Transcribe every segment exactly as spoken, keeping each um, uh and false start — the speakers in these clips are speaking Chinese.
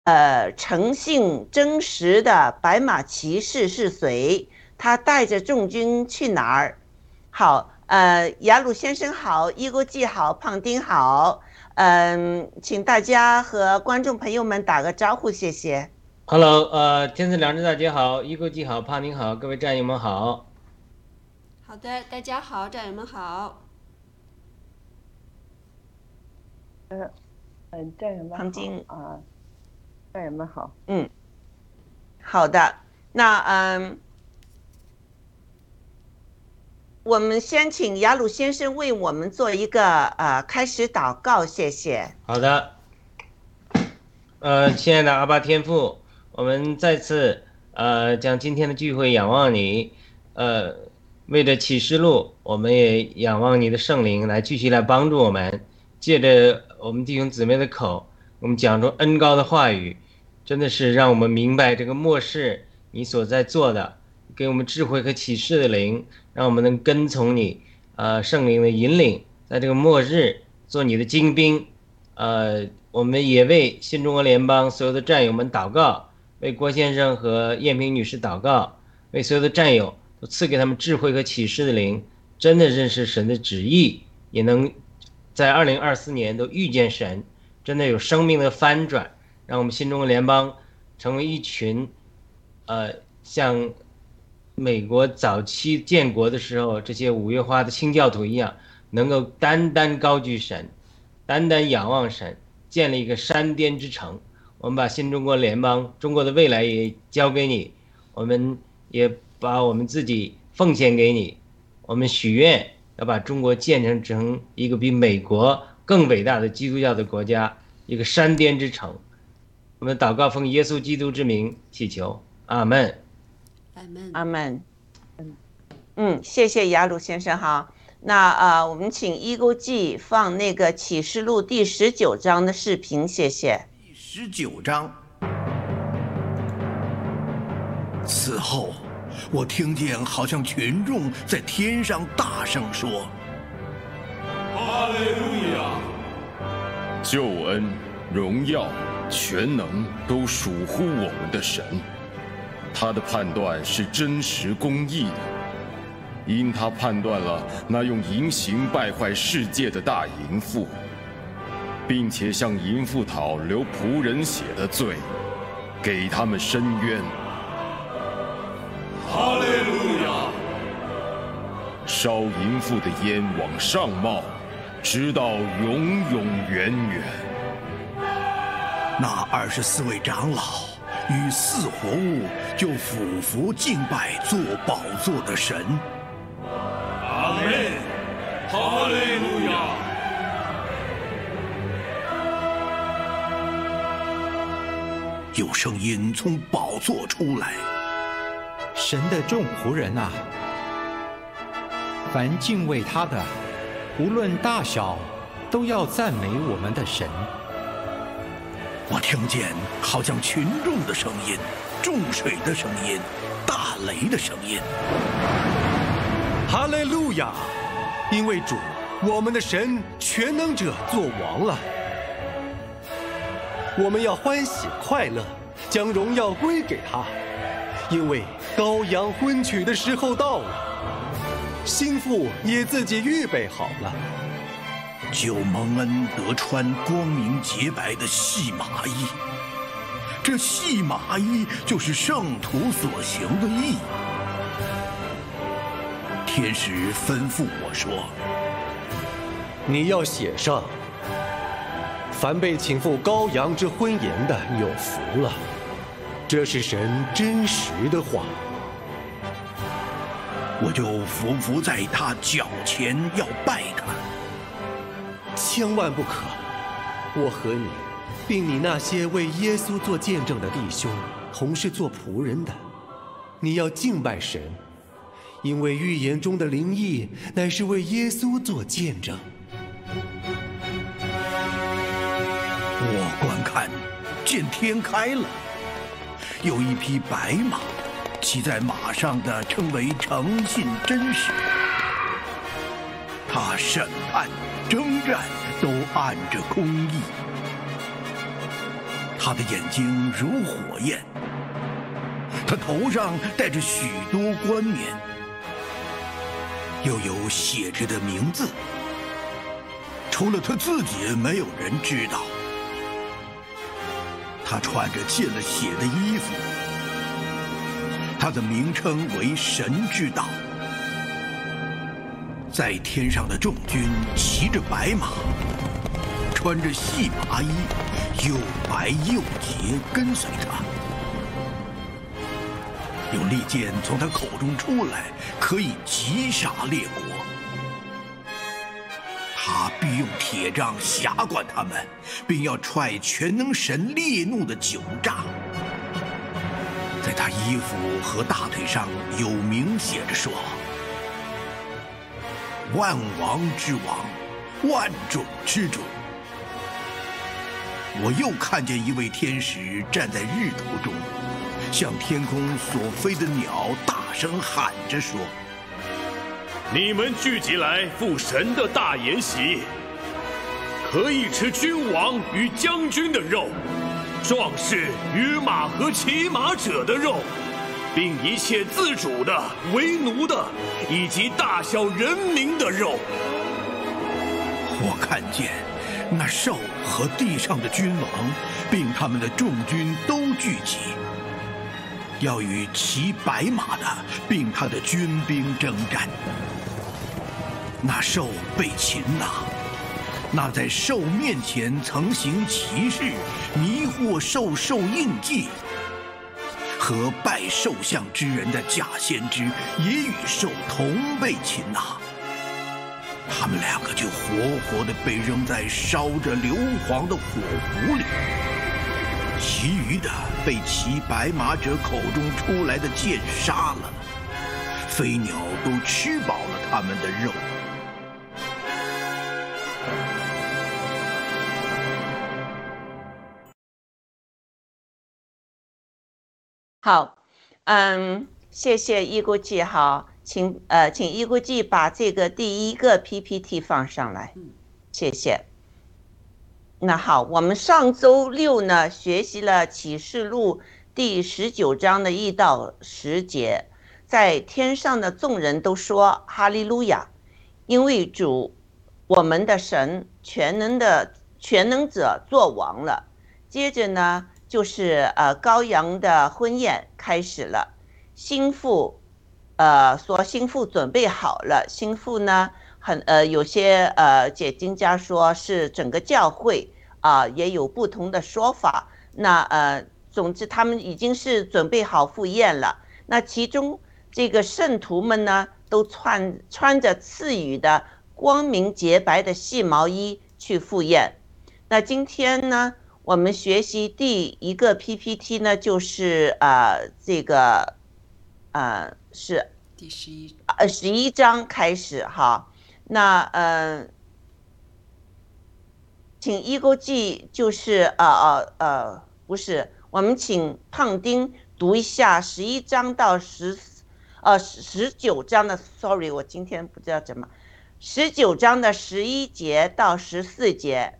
呃诚信真实的白马骑士是谁？他带着众军去哪儿？好，呃，雅鲁先生好，伊锅记好，胖丁好，嗯、请大家和观众朋友们打个招呼，谢谢。 Hello，呃，天赐良知大姐好，一哥记好，帕宁好，各位战友们好。 好的，大家好，战友们好。 嗯嗯，战友们胖丁好啊，战友们好。 嗯，好的，那嗯，我们先请雅鲁先生为我们做一个呃开始祷告，谢谢。 好的，呃，亲爱的阿爸天父，我们再次呃将今天的聚会仰望你，呃，为着启示录，我们也仰望你的圣灵来继续来帮助我们，借着我们弟兄姊妹的口，我们讲出恩高的话语，真的是让我们明白这个末世你所在做的，给我们智慧和启示的灵，让我们能跟从你，呃，圣灵的引领，在这个末日做你的精兵，呃。我们也为新中国联邦所有的战友们祷告，为郭先生和燕平女士祷告，为所有的战友都赐给他们智慧和启示的灵，真的认识神的旨意，也能在二零二四年都遇见神，真的有生命的翻转，让我们新中国联邦成为一群，呃，像美国早期建国的时候这些五月花的清教徒一样，能够单单高举神，单单仰望神。建立一个山巅之城，我们把新中国联邦、中国的未来也交给你，我们也把我们自己奉献给你，我们许愿要把中国建成成一个比美国更伟大的基督教的国家，一个山巅之城。我们祷告奉耶稣基督之名祈求，阿门。 阿门。 阿门。嗯，谢谢雅鲁先生哈。那呃，我们请一勾记放那个启示录第十九章的视频，谢谢。 第十九章。此后，我听见好像群众在天上大声说：“ 哈利路亚！救恩、荣耀、全能都属乎我们的神，他的判断是真实公义的。”因他判断了那用淫行败坏世界的大淫妇，并且向淫妇讨流仆人血的罪，给他们伸冤。哈利路亚！烧淫妇的烟往上冒，直到永永远远。 那二十四位长老与四活物就俯伏敬拜坐宝座的神。 阿门，哈利路亚！ 有声音从宝座出来：“ 神的众仆人啊，凡敬畏他的，无论大小，都要赞美我们的神。” 我听见好像群众的声音、众水的声音、大雷的声音。 哈利路亚！因为主，我们的神全能者做王了，我们要欢喜快乐，将荣耀归给他，因为羔羊婚娶的时候到了，新妇也自己预备好了。 就蒙恩得穿光明洁白的细麻衣，这细麻衣就是圣徒所行的义。天使吩咐我说：“ 你要写上，凡被请赴羔羊之婚筵的有福了。”这是神真实的话。 我就伏伏在他脚前要拜他。 千万不可！我和你，并你那些为耶稣做见证的弟兄，同是做仆人的，你要敬拜神。因为预言中的灵意乃是为耶稣做见证。 我观看，见天开了，有一匹白马，骑在马上的称为诚信真实。他审判、征战都按着公义。 他的眼睛如火焰，他头上戴着许多冠冕，又有写着的名字，除了他自己，没有人知道。他穿着溅了血的衣服，他的名称为神之道。在天上的众军骑着白马，穿着细麻衣，又白又洁，跟随他。有利剑从他口中出来，可以击杀列国。他必用铁杖辖管他们，并要踹全能神烈怒的酒炸。在他衣服和大腿上有明写着说：万王之王，万种之主。我又看见一位天使站在日头中，向天空所飞的鸟大声喊着说： 你们聚集来赴神的大筵席，可以吃君王与将军的肉，壮士与马和骑马者的肉，并一切自主的、为奴的，以及大小人民的肉。 我看见那兽和地上的君王，并他们的众军都聚集，要与骑白马的，并他的军兵征战。那兽被擒拿，那在兽面前曾行奇事、迷惑兽兽印记和拜兽像之人的假先知，也与兽同被擒拿。他们两个就活活地被扔在烧着硫磺的火湖里，其余的被骑白马者口中出来的剑杀了，飞鸟都吃饱了他们的肉。 好，嗯，谢谢一国际哈，请呃，请一国际把这个第一个 P P T 放上来，谢谢。那好，我们上周六呢学习了启示录第十九章的一到十节，在天上的众人都说哈利路亚，因为主我们的神全能的全能者作王了。接着呢就是呃羔羊的婚宴开始了，新妇呃说新妇准备好了，新妇呢很呃有些呃解经家说是整个教会啊、呃，也有不同的说法。那呃总之他们已经是准备好赴宴了。那其中这个圣徒们呢都穿穿着赐予的光明洁白的细毛衣去赴宴。那今天呢我们学习第一个 P P T 呢，就是呃这个呃是第十一呃十一章开始哈。那呃，请一勾记就是呃呃呃不是，我们请胖丁读一下十一章到十呃十九章的 ，sorry 我今天不知道怎么，十九章的十一节到十四节。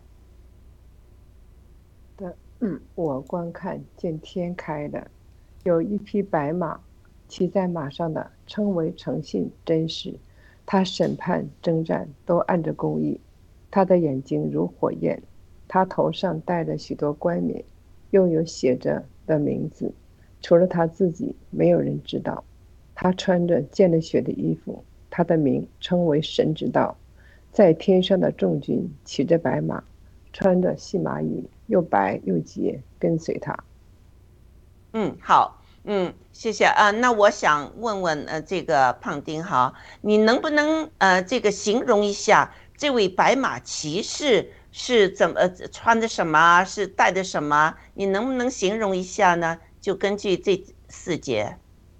嗯，我观看见天开了，有一匹白马，骑在马上的称为诚信真实，他审判征战都按着公义，他的眼睛如火焰，他头上戴着许多冠冕，又有写着的名字，除了他自己没有人知道。他穿着溅了血的衣服，他的名称为神之道。在天上的众军骑着白马，穿着细麻衣，又白又洁，跟随他。 嗯，好，嗯，谢谢啊、呃。那我想问问呃，这个胖丁哈，你能不能呃这个形容一下这位白马骑士是怎么、呃、穿的什么，是带的什么？你能不能形容一下呢？就根据这四节。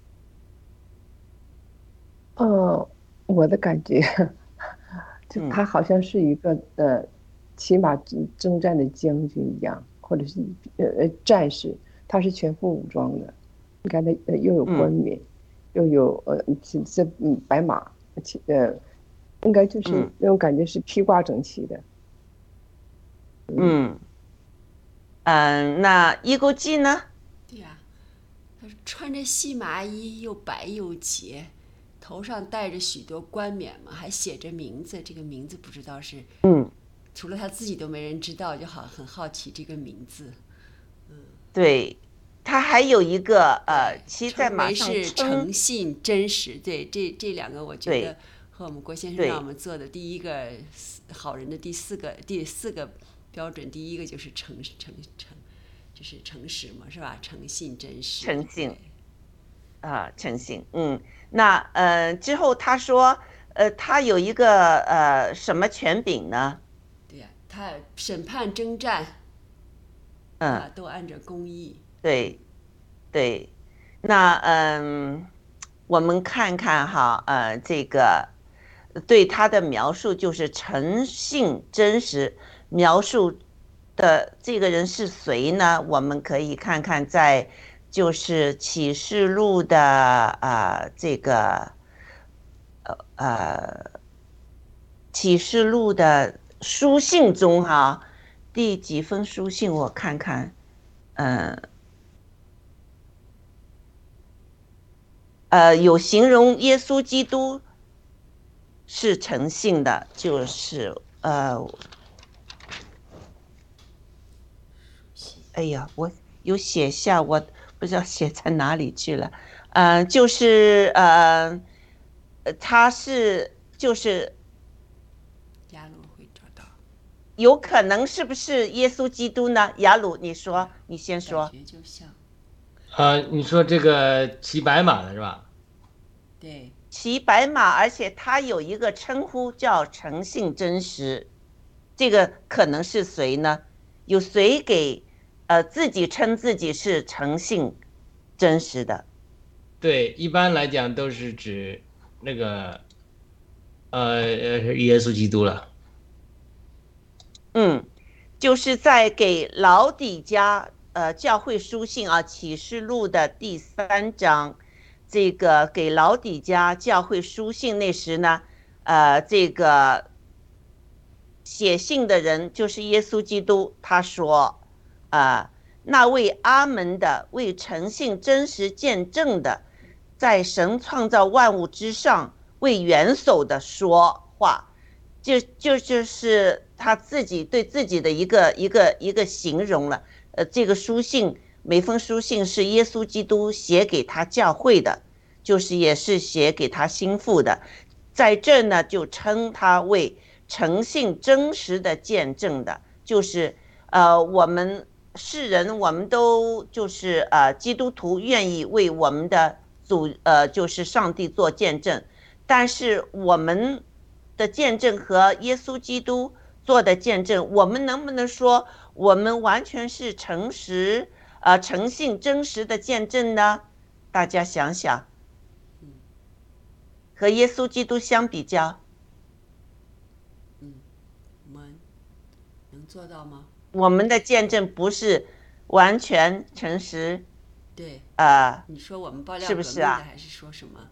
呃，我的感觉，就他好像是一个、嗯、呃。骑马征战的将军一样，或者是呃战士，他是全副武装的。你看他呃又有冠冕，嗯、又有呃这嗯白马，呃应该就是那种感觉是披挂整齐的。 嗯， 嗯，那伊勾记呢？ 对呀、啊，他穿着细麻衣，又白又洁，头上戴着许多冠冕嘛，还写着名字。这个名字不知道是， 嗯， 除了他自己都没人知道，就好很好奇这个名字。嗯， 对，他还有一个呃，骑在马上是诚信真实。对，这这两个我觉得和我们郭先生让我们做的第一个好人的第四个第四个标准，第一个就是诚诚诚，就是诚实嘛，是吧？诚信真实。 诚信。啊，诚信。嗯，那呃之后他说，呃，他有一个呃什么权柄呢？ 对呀、啊，他审判征战， 嗯， 啊，都按照公义。 对，对，那嗯，我们看看哈，呃，这个对他的描述就是诚信真实，描述的这个人是谁呢？我们可以看看在就是启示录的啊、呃、这个呃呃启示录的书信中哈，第几封书信我看看，嗯。呃，有形容耶稣基督是诚信的，就是呃，哎呀，我有写下，我不知道写在哪里去了。呃，就是呃，他是就是雅鲁会找到， 有可能是不是耶稣基督呢？雅鲁，你说，你先说。 感觉就像。 啊，你说这个骑白马的是吧？ 对， 骑白马，而且他有一个称呼叫诚信真实，这个可能是谁呢？有谁给呃自己称自己是诚信真实的？ 对，一般来讲都是指那个呃呃耶稣基督了。 嗯，就是在给老底嘉呃教会书信啊，启示录的第三章。这个给老底嘉教会书信那时呢，呃，这个写信的人就是耶稣基督，他说，啊、呃，那位阿门的，为诚信真实见证的，在神创造万物之上为元首的说话，就就就是他自己对自己的一个一个一个形容了。呃，这个书信。每封书信是耶稣基督写给他教会的，就是也是写给他心腹的，在这呢就称他为诚信真实的见证的，就是呃我们世人我们都就是呃基督徒愿意为我们的主呃就是上帝做见证，但是我们的见证和耶稣基督做的见证，我们能不能说我们完全是诚实？呃，诚信真实的见证呢？大家想想，和耶稣基督相比较， 嗯，我们能做到吗？ 我们的见证不是完全诚实。 对， 呃， 你说我们爆料是不是啊？ 还是说什么？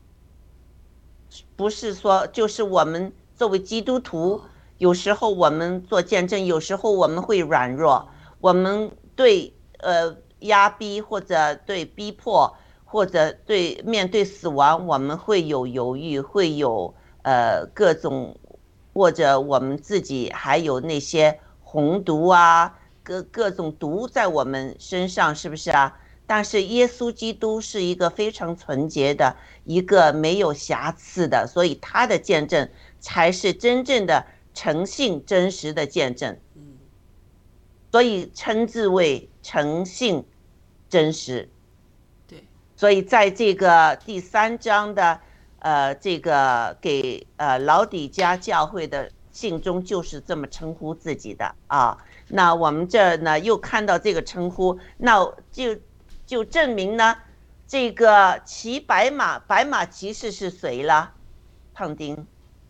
不是说，就是我们作为基督徒，有时候我们做见证，有时候我们会软弱，我们对。呃，压逼或者对逼迫，或者对面对死亡，我们会有犹豫，会有呃各种，或者我们自己还有那些红毒啊，各各种毒在我们身上，是不是啊？但是耶稣基督是一个非常纯洁的，一个没有瑕疵的，所以他的见证才是真正的诚信真实的见证。所以称之为诚信真实。 对， 所以在这个第三章的呃这个给呃老底嘉教会的信中就是这么称呼自己的啊。那我们这呢又看到这个称呼，那就就证明呢这个骑白马白马骑士是谁了？胖丁。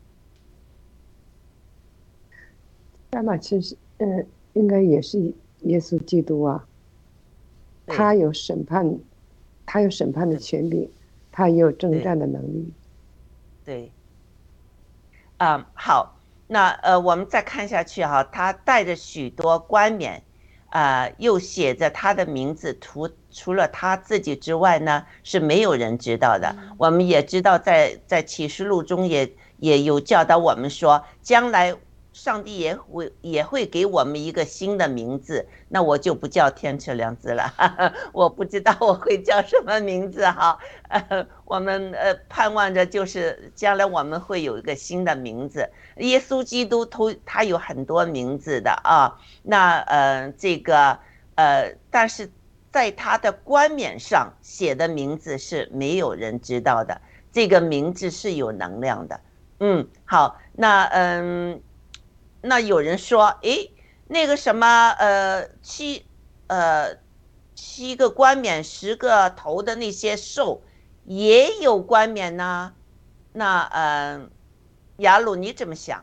白马骑士，嗯。应该也是耶稣基督啊，他有审判，他有审判的权柄，他也有征战的能力。 对，啊、嗯，好，那呃，我们再看下去哈，他带着许多冠冕， 呃，又写着他的名字，除除了他自己之外呢，是没有人知道的。我们也知道在，在启示录中也也有教导我们说，将来上帝也会也会给我们一个新的名字，那我就不叫天赐良知了，哈哈，我不知道我会叫什么名字哈。呃，我们呃盼望着就是将来我们会有一个新的名字。耶稣基督都他有很多名字的啊，那呃这个呃，但是在他的冠冕上写的名字是没有人知道的，这个名字是有能量的。嗯，好，那嗯。那有人说，诶，那个什么，呃，七，呃，七个冠冕，十个头的那些兽，也有冠冕呢？那，呃，雅鲁你怎么想？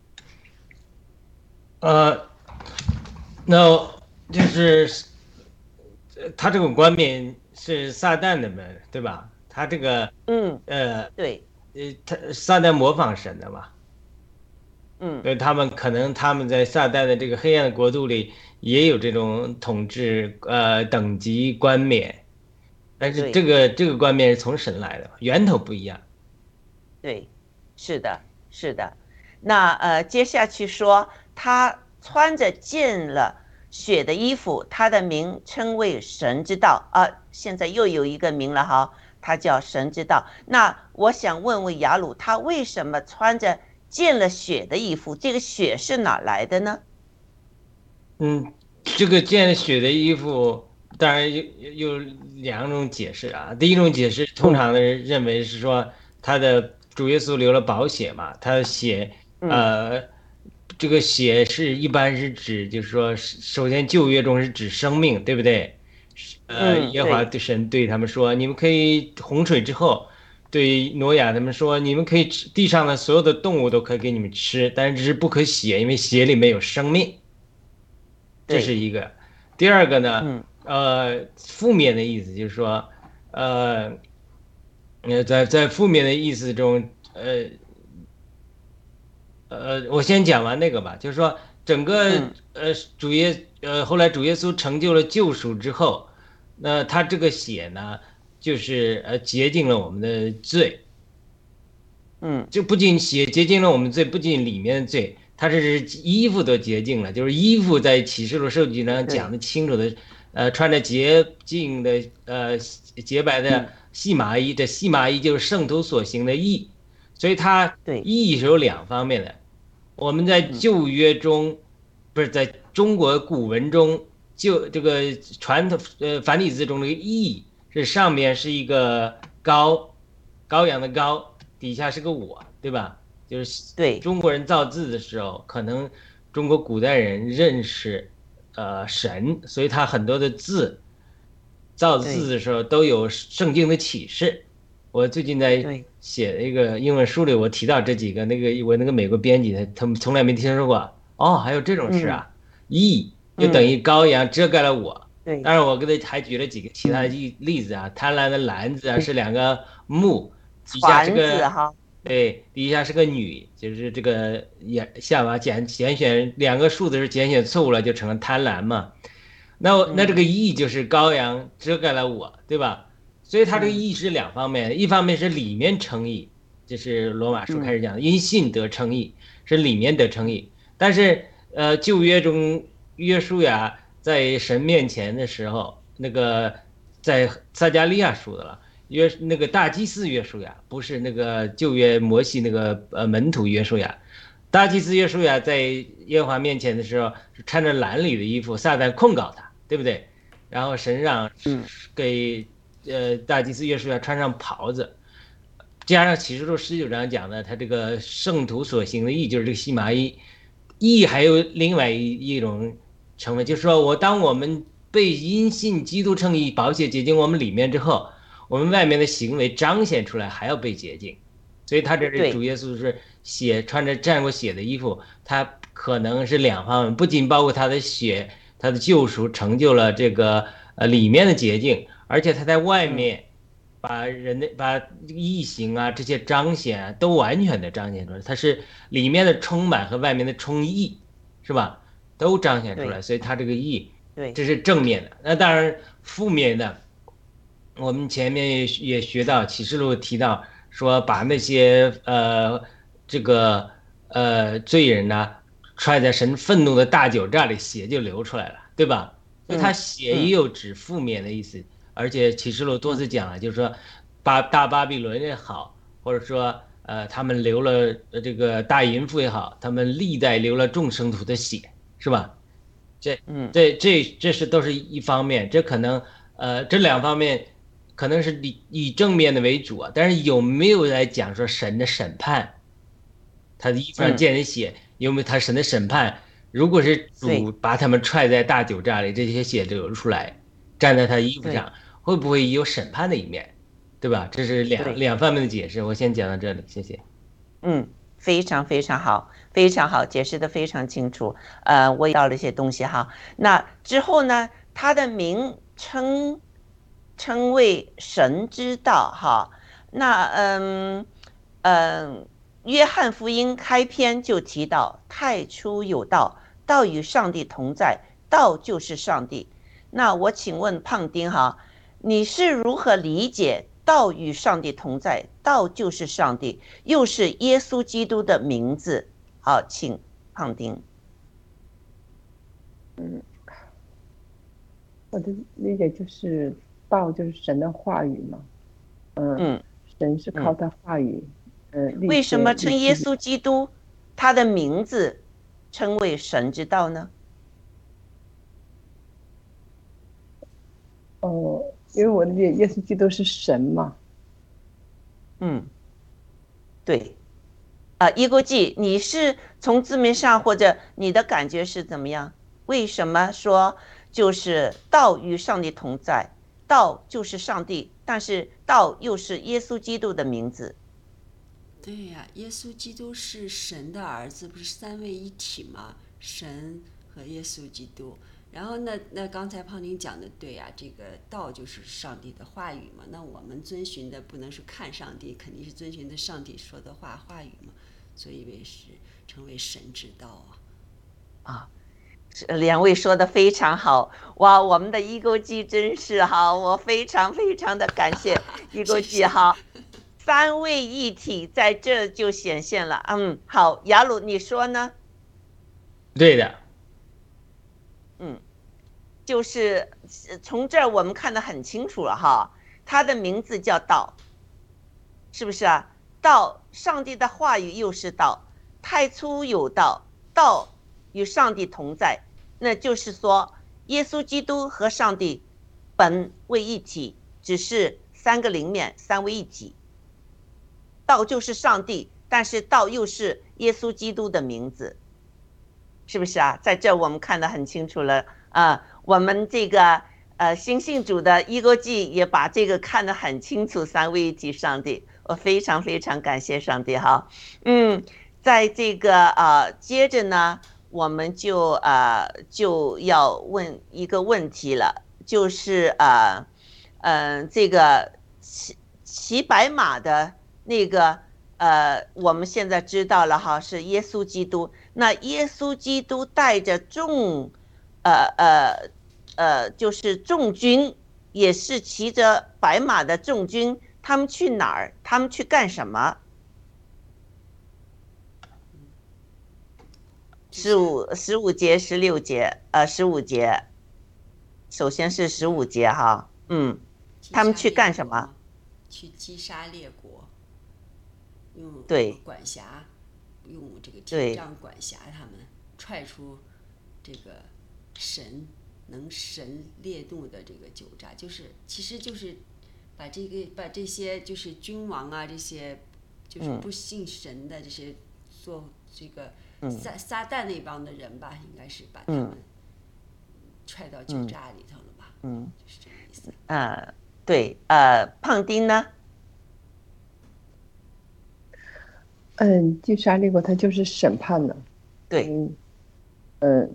呃，那就是他这个冠冕是撒旦的嘛，对吧？他这个， 嗯， 呃， 对， 呃，他撒旦模仿神的嘛。 嗯， 所以他们可能他们在撒旦的这个黑暗的国度里也有这种统治呃等级冠冕，但是这个这个冠冕是从神来的，源头不一样。 对，是的，是的。那呃，接下去说他穿着浸了血的衣服，他的名称为神之道啊。现在又有一个名了哈，他叫神之道。那我想问问雅鲁，他为什么穿着见了血的衣服，这个血是哪来的呢？ 嗯，这个见了血的衣服，当然有有两种解释啊。第一种解释，通常的人认为是说，他的主耶稣流了宝血嘛，他的血，呃，这个血是一般是指，就是说，首先旧约中是指生命，对不对？呃，耶和华对神对他们说，你们可以洪水之后。对挪亚他们说，你们可以吃地上的所有的动物都可以给你们吃，但是只是不可血，因为血里面有生命。这是一个。第二个呢，嗯、呃，负面的意思就是说，呃，呃，在在负面的意思中，呃，呃，我先讲完那个吧，就是说整个、嗯、呃主耶呃后来主耶稣成就了救赎之后，那他这个血呢？就是呃洁净了我们的罪， 嗯， 就不仅血洁净了我们罪，不仅里面的罪，它是衣服都洁净了。就是衣服在启示录圣经上讲的清楚的，呃，穿着洁净的呃洁白的细麻衣，这细麻衣就是圣徒所行的义，所以它义是有两方面的。我们在旧约中，不是在中国古文中，就这个传统呃繁体字中的义。这上面是一个羔，羔羊的羔，底下是个我，对吧？就是对中国人造字的时候，可能中国古代人认识呃神，所以他很多的字造字的时候都有圣经的启示。我最近在写那个英文书里，我提到这几个，那个我那个美国编辑他他们从来没听说过。哦，还有这种事啊！义、嗯、就等于羔羊遮盖了我。 对， 当然我给他还举了几个其他的例子啊，贪婪的篮子啊是两个木，底下是个对，底下是个女，就是这个也下巴拣拣选两个数字是拣选错误了，就成了贪婪嘛。那那这个义就是羔羊遮盖了我，对吧？所以它这个义是两方面，一方面是里面称义，这是罗马书开始讲的，因信得称义是里面得称义，但是呃旧约中约书亚。在神面前的时候，那个在撒迦利亚说的了，约那个大祭司约书亚，不是那个旧约摩西那个呃门徒约书亚，大祭司约书亚在耶和华面前的时候是穿着蓝里的衣服，撒旦控告他，对不对？然后神让给呃大祭司约书亚穿上袍子，加上启示录十九章讲的他这个圣徒所行的义，就是这个细麻衣，义还有另外一一种。成为就是说我当我们被因信基督称义宝血洁净我们里面之后，我们外面的行为彰显出来还要被洁净，所以他这是主耶稣是血穿着沾过血的衣服，他可能是两方面，不仅包括他的血，他的救赎成就了这个呃里面的洁净，而且他在外面把人的把异形啊这些彰显、啊、都完全的彰显出来，他是里面的充满和外面的充溢，是吧？都彰显出来，所以他这个义对， 这是正面的。那当然负面的，我们前面也也学到启示录提到说，把那些呃这个呃罪人呢踹在神愤怒的大酒榨里，血就流出来了，对吧？所以他血也有指负面的意思，嗯、而且启示录多次讲了，就是说巴大巴比伦也好，或者说呃他们流了这个大淫妇也好，他们历代流了众圣徒的血，是吧？这嗯这这这是都是一方面，这可能呃这两方面可能是以以正面的为主啊，但是有没有来讲说神的审判，他的衣服上溅的血、嗯、有没有他神的审判？如果是主把他们踹在大酒榨里，这些血流出来，站在他衣服上，会不会有审判的一面？对吧？这是两两方面的解释，我先讲到这里，谢谢。 嗯，非常非常好，非常好，解释的非常清楚。呃，我也要了一些东西哈。那之后呢，他的名称称为神之道哈。那嗯嗯，约翰福音开篇就提到太初有道，道与上帝同在，道就是上帝。那我请问胖丁哈，你是如何理解道与上帝同在，道就是上帝，又是耶稣基督的名字？好，请胖丁。 嗯，我的理解就是道就是神的话语嘛。嗯，嗯神是靠他话语。嗯，呃、 为什么称耶稣基督他的名字称为神之道呢？ 哦，因为我理解耶稣基督是神嘛。 嗯，对。啊、呃，一国际，你是从字面上或者你的感觉是怎么样？为什么说就是道与上帝同在，道就是上帝，但是道又是耶稣基督的名字？ 对呀、啊，耶稣基督是神的儿子，不是三位一体吗？神和耶稣基督。然后呢，那刚才胖丁讲的对呀、啊，这个道就是上帝的话语嘛。那我们遵循的不能是看上帝，肯定是遵循的上帝说的话话语嘛。所以为是成为神之道啊。 啊，两位说的非常好哇！我们的一勾记真是好，我非常非常的感谢一勾记哈。三位一体在这就显现了。嗯，好，雅鲁你说呢？ 对的。 嗯，就是从这儿我们看得很清楚了哈，他的名字叫道，是不是啊？道，上帝的话语又是道，太初有道，道与上帝同在，那就是说耶稣基督和上帝本为一体，只是三个灵面，三位一体。道就是上帝，但是道又是耶稣基督的名字，是不是啊？在这我们看得很清楚了啊、呃！我们这个呃新信主的一勾记也把这个看得很清楚，三位一体上帝，我非常非常感谢上帝哈。嗯，在这个呃接着呢，我们就呃就要问一个问题了，就是呃嗯、呃、这个骑骑白马的那个。呃，我们现在知道了哈，是耶稣基督。那耶稣基督带着众，呃呃呃，就是众军，也是骑着白马的众军，他们去哪儿？他们去干什么？十五十五节、十六节，呃，十五节。首先是十五节哈，嗯，他们去干什么？ 去击杀列国。用对管辖，用这个铁杖管辖他们，踹出这个神能神烈怒的这个酒榨，就是其实就是把这个把这些就是君王啊，这些就是不信神的这些做这个撒撒旦那帮的人吧，应该是把他们踹到酒榨里头了吧？ 嗯， 就是这个意思。 呃，对，呃，胖丁呢？ 嗯，击杀列国，它就是审判了。 对， 嗯，嗯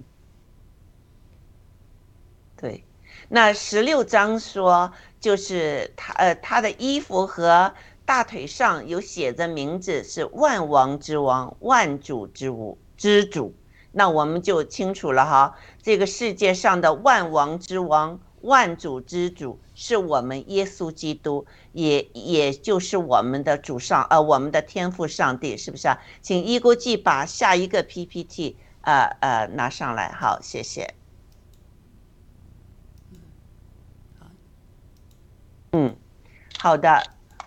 对。那十六章说，就是他呃他的衣服和大腿上有写着名字，是万王之王，万主之主之主。 那我们就清楚了哈，这个世界上的万王之王、万主之主是我们耶稣基督，也也就是我们的主上呃我们的天父上帝，是不是啊？请一国际把下一个 P P T 呃呃拿上来，好，谢谢。嗯，好的。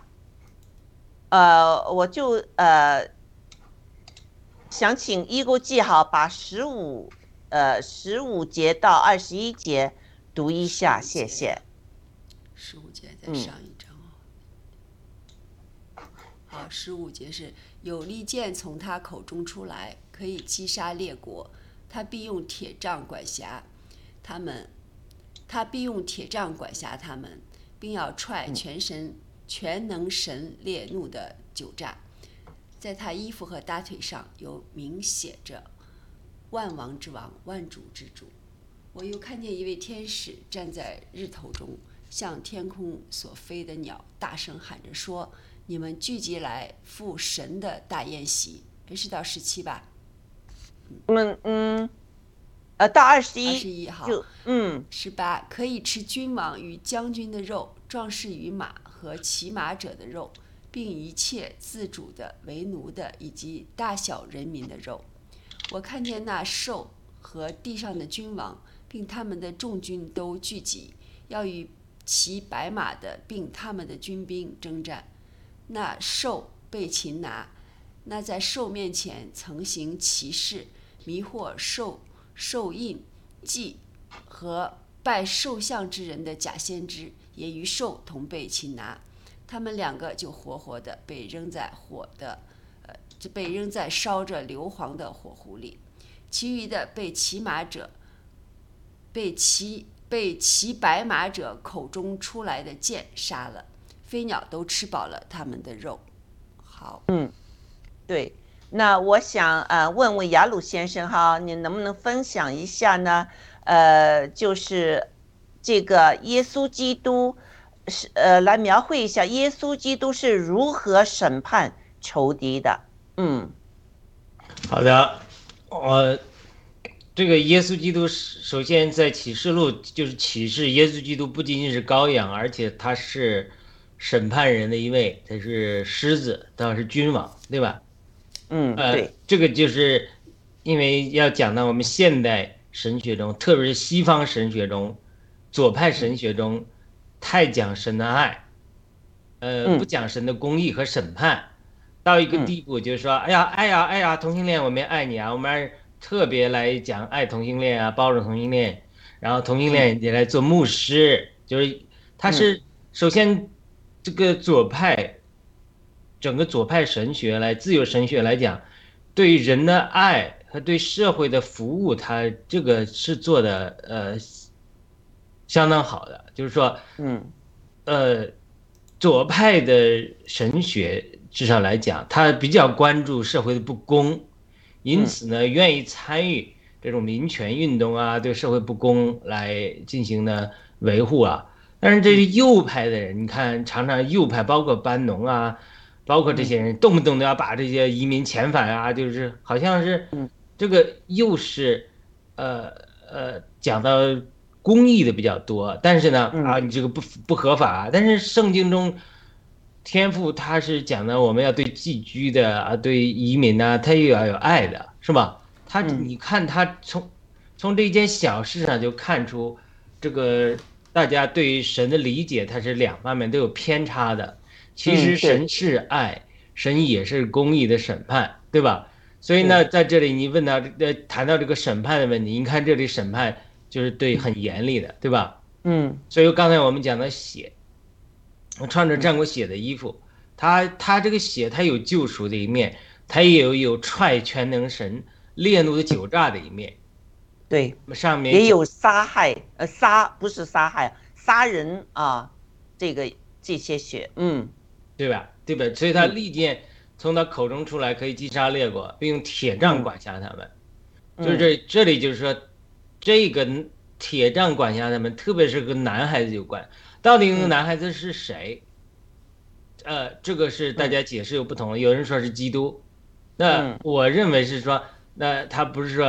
呃，我就呃想请一国际好把十五呃十五节到二十一节读一下，谢谢。 十五节再上一章哦。嗯、好，十五节是有利剑从他口中出来，可以击杀列国，他必用铁杖管辖他们，他必用铁杖管辖他们，并要踹全神、嗯、全能神烈怒的酒榨。在他衣服和大腿上有明写着万王之王，万主之主。我又看见一位天使站在日头中，向天空所飞的鸟大声喊着说，你们聚集来赴神的大宴席。这是到十七吧？ 嗯嗯，呃，到二十一， 二十一号， 嗯， 十八，可以吃君王与将军的肉，壮士与马和骑马者的肉，并一切自主的、为奴的以及大小人民的肉。我看见那兽和地上的君王，并他们的众军都聚集，要与骑白马的并他们的军兵征战。那兽被擒拿，那在兽面前曾行奇事，迷惑兽兽印祭和拜兽像之人的假先知，也与兽同被擒拿。他们两个就活活的被扔在火的，呃，就被扔在烧着硫磺的火湖里。其余的被骑马者，被骑被骑白马者口中出来的箭杀了。飞鸟都吃饱了他们的肉。好， 嗯，对。那我想呃问问雅鲁先生哈，你能不能分享一下呢？呃，就是这个耶稣基督是呃来描绘一下耶稣基督是如何审判仇敌的。嗯， 好的，我这个耶稣基督首先在启示录就是启示耶稣基督不仅仅是羔羊，而且他是审判人的一位，他是狮子，他是君王，对吧？ 嗯，对、 呃，这个就是因为要讲到我们现代神学中，特别是西方神学中，左派神学中太讲神的爱，呃，不讲神的公义和审判，到一个地步就是说，哎呀，哎呀，哎呀，同性恋我们爱你啊，我们特别来讲爱同性恋啊，包容同性恋，然后同性恋也来做牧师，就是他是首先这个左派。整个左派神学来自由神学来讲，对人的爱和对社会的服务，它这个是做的呃相当好的。就是说， 嗯， 呃，左派的神学至少来讲，他比较关注社会的不公，因此呢，愿意参与这种民权运动啊，对社会不公来进行呢维护啊。但是这个右派的人，你看，常常右派包括班农啊。包括这些人动不动都要把这些移民遣返啊，就是好像是这个又是呃呃讲到公义的比较多，但是呢啊你这个不不合法，但是圣经中天父他是讲的我们要对寄居的啊对移民啊他又要有爱的，是吧？他你看他从从这件小事上就看出这个大家对于神的理解它是两方面都有偏差的。其实神是爱，神也是公义的审判，对吧？所以呢，在这里你问到呃谈到这个审判的问题，你看这里审判就是对很严厉的，对吧？ 嗯。 所以刚才我们讲的血，穿着沾过血的衣服，他他这个血他有救赎的一面，他也有有踹全能神烈怒的酒榨的一面。 对， 上面也有杀害，呃，杀不是杀害，杀人啊，这个这些血，嗯。 对吧？对吧？所以他利剑从他口中出来，可以击杀列国，并用铁杖管辖他们。嗯、就是这这里就是说，这个铁杖管辖他们，特别是跟男孩子有关。到底那个男孩子是谁？嗯、呃，这个是大家解释有不同的。有人说是基督，那我认为是说，那他不是说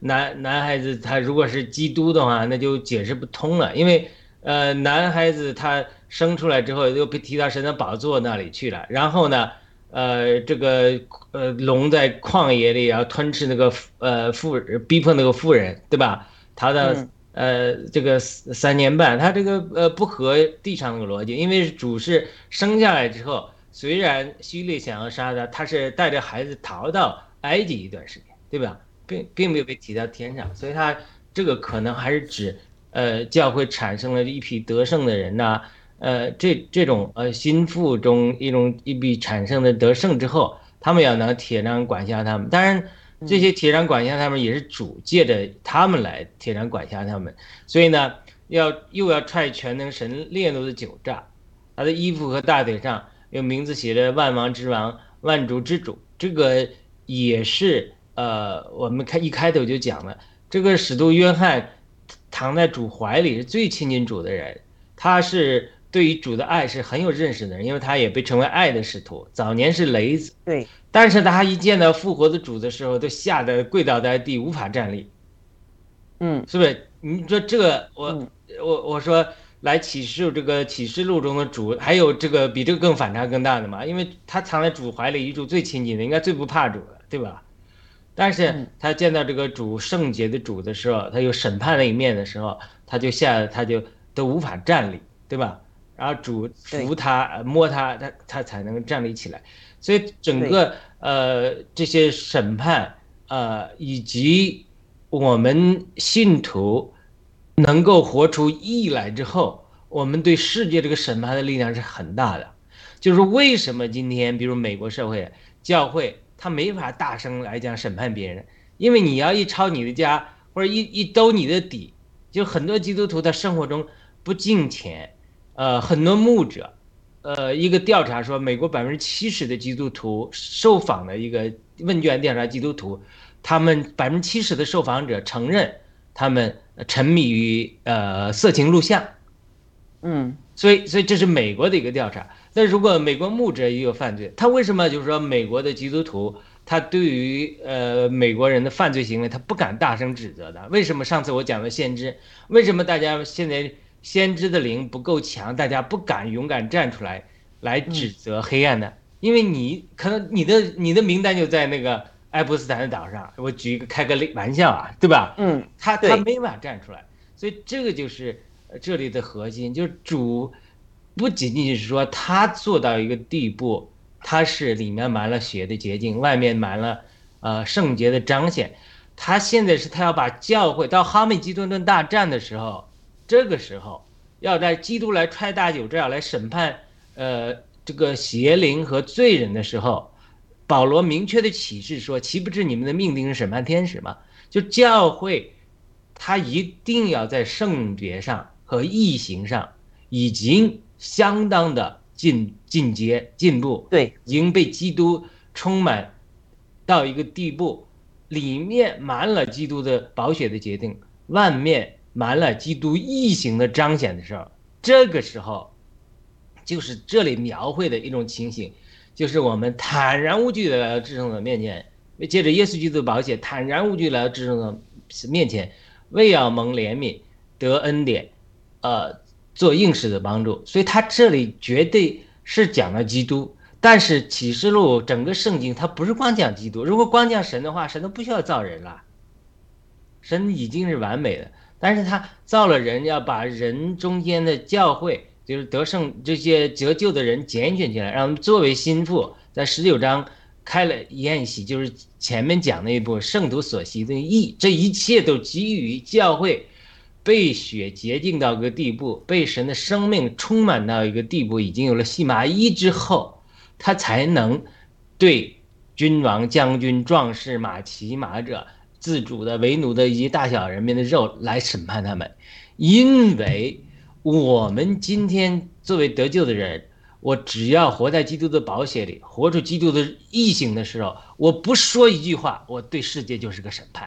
男男孩子他如果是基督的话，那就解释不通了，因为呃男孩子他生出来之后又被提到神的宝座那里去了，然后呢，呃这个呃龙在旷野里要吞吃那个呃妇逼迫那个妇人，对吧？逃到、嗯、呃这个三年半，他这个呃不合地上那个逻辑，因为主是生下来之后，虽然希律想要杀他，他是带着孩子逃到埃及一段时间，对吧？并并没有被提到天上，所以他这个可能还是指呃教会产生了一批得胜的人呐、啊，呃这这种呃心腹中一种一笔产生的得胜之后，他们要能铁杖管辖他们，当然这些铁杖管辖他们也是主借着他们来铁杖管辖他们，所以呢要又要踹全能神烈怒的酒炸，他的衣服和大腿上有名字写着万王之王万主之主，这个也是呃我们开一开头就讲了，这个使徒约翰躺在主怀里是最亲近主的人，他是对于主的爱是很有认识的人，因为他也被称为爱的使徒，早年是雷子， 对， 但是他一见到复活的主的时候都吓得跪倒在地无法站立， 嗯， 是不是？你说这个我、嗯、我我说来启示这个启示录中的主，还有这个比这个更反差更大的嘛？因为他藏在主怀里，与主最亲近的，应该最不怕主的，对吧？但是他见到这个主圣洁的主的时候，他有审判的一面的时候，他就吓得他就都无法站立，对吧？然后主扶他摸他，他他才能站立起来。所以整个呃这些审判呃以及我们信徒能够活出义来之后，我们对世界这个审判的力量是很大的。就是为什么今天比如美国社会教会他没法大声来讲审判别人，因为你要一抄你的家或者一一兜你的底，就很多基督徒在生活中不敬虔，呃很多牧者，呃一个调查说美国百分之七十的基督徒受访的一个问卷调查基督徒，他们百分之七十的受访者承认他们沉迷于呃色情录像， 嗯， 所以所以这是美国的一个调查。那如果美国牧者也有犯罪，他为什么就是说美国的基督徒他对于呃美国人的犯罪行为他不敢大声指责的？为什么上次我讲的先知，为什么大家现在先知的灵不够强，大家不敢勇敢站出来来指责黑暗呢？因为你可能你的你的名单就在那个爱泼斯坦的岛上，我举一个开个玩笑啊，对吧？ 嗯， 他他没法站出来，所以这个就是这里的核心，就是主不仅仅是说他做到一个地步，他是里面满了血的洁净，外面满了呃圣洁的彰显，他现在是他要把教会到哈密基顿顿大战的时候，这个时候要在基督来踹大酒这来审判呃这个邪灵和罪人的时候，保罗明确的启示说，岂不知你们的命定是审判天使吗？就教会他一定要在圣洁上和义行上已经相当的进进阶进步， 对， 已经被基督充满到一个地步，里面满了基督的宝血的决定，外面满了基督义行的彰显的时候，这个时候就是这里描绘的一种情形，就是我们坦然无惧的来到至圣者面前，借着耶稣基督的宝血坦然无惧来到至圣者面前，为要蒙怜悯得恩典，呃做应时的帮助。所以他这里绝对是讲了基督，但是启示录整个圣经它不是光讲基督，如果光讲神的话，神都不需要造人了，神已经是完美的，但是他造了人，要把人中间的教会就是得胜这些得救的人拣选起来，让他们作为心腹，在十九章开了宴席，就是前面讲那一部圣徒所习的义，这一切都基于教会被血洁净到一个地步，被神的生命充满到一个地步，已经有了细麻衣之后，他才能对君王将军壮士马骑马者自主的为奴的以及大小人民的肉来审判他们。因为我们今天作为得救的人，我只要活在基督的宝血里，活出基督的义行的时候，我不说一句话，我对世界就是个审判。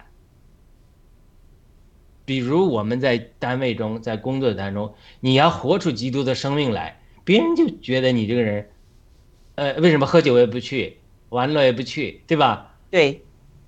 比如我们在单位中，在工作当中，你要活出基督的生命来，别人就觉得你这个人呃，为什么喝酒也不去，玩乐也不去，对吧？ 对， 他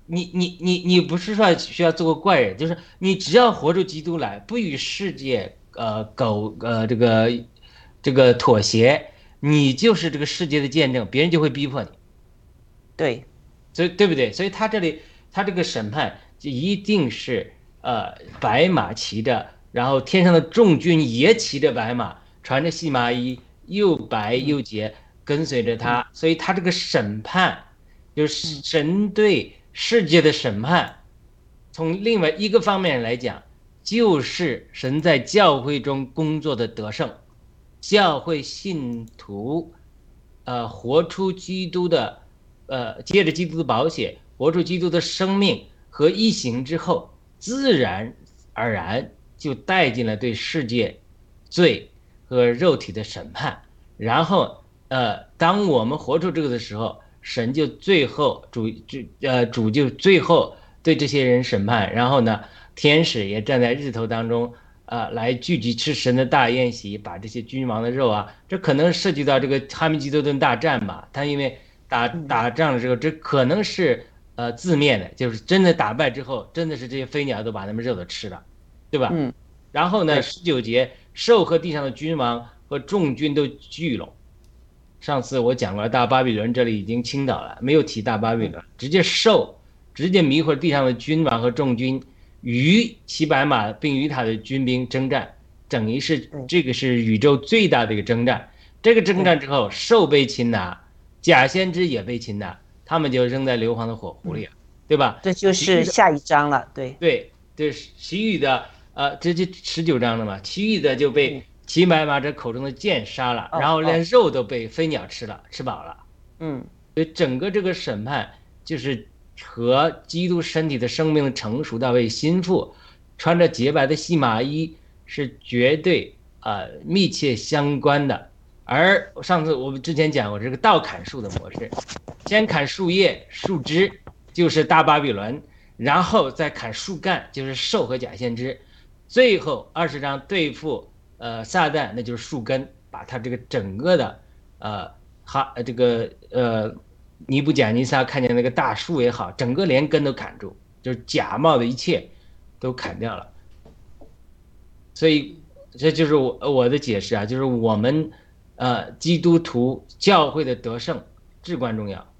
你你你你不是说需要做个怪人，就是你只要活出基督来，不与世界呃苟呃这个这个妥协，你就是这个世界的见证，别人就会逼迫你。 对， 所以对不对？所以他这里他这个审判就一定是呃白马骑着，然后天上的众军也骑着白马，穿着细麻衣，又白又洁，跟随着他。所以他这个审判就是神对世界的审判。从另外一个方面来讲，就是神在教会中工作的得胜，教会信徒呃活出基督的。呃，借着基督的宝血，活出基督的生命和一行之后，自然而然就带进了对世界罪和肉体的审判。然后，呃，当我们活出这个的时候，神就最后主就呃主就最后对这些人审判。然后呢，天使也站在日头当中，呃，来聚集吃神的大宴席，把这些君王的肉啊，这可能涉及到这个哈米吉多顿大战吧。他因为打打仗的时候，这可能是呃字面的，就是真的打败之后，真的是这些飞鸟都把他们肉都吃了，对吧？ 嗯。 然后呢，十九节，兽和地上的君王和众军都聚拢。上次我讲过了，大巴比伦这里已经倾倒了，没有提大巴比伦，直接兽，直接迷惑地上的君王和众军，与骑白马并与他的军兵征战，等于是这个是宇宙最大的一个征战。这个征战之后，兽被擒拿。假先知也被擒拿，他们就扔在硫磺的火湖里了，对吧？ 这就是下一章了，对对对，其余的呃，这就十九章了嘛，其余的就被骑白马者口中的箭杀了， 嗯、 然后连肉都被飞鸟吃了，吃饱了。 嗯， 所以整个这个审判就是和基督身体的生命的成熟到为心腹，穿着洁白的细麻衣是绝对呃密切相关的。而上次我们之前讲过这个倒砍树的模式，先砍树叶树枝就是大巴比伦，然后再砍树干就是兽和假先知，最后二十章对付呃撒旦，那就是树根，把他这个整个的呃哈这个呃尼布甲尼撒看见那个大树也好，整个连根都砍住，就是假冒的一切都砍掉了。所以这就是我我的解释啊，就是我们。呃，基督徒教会的得胜至关重要。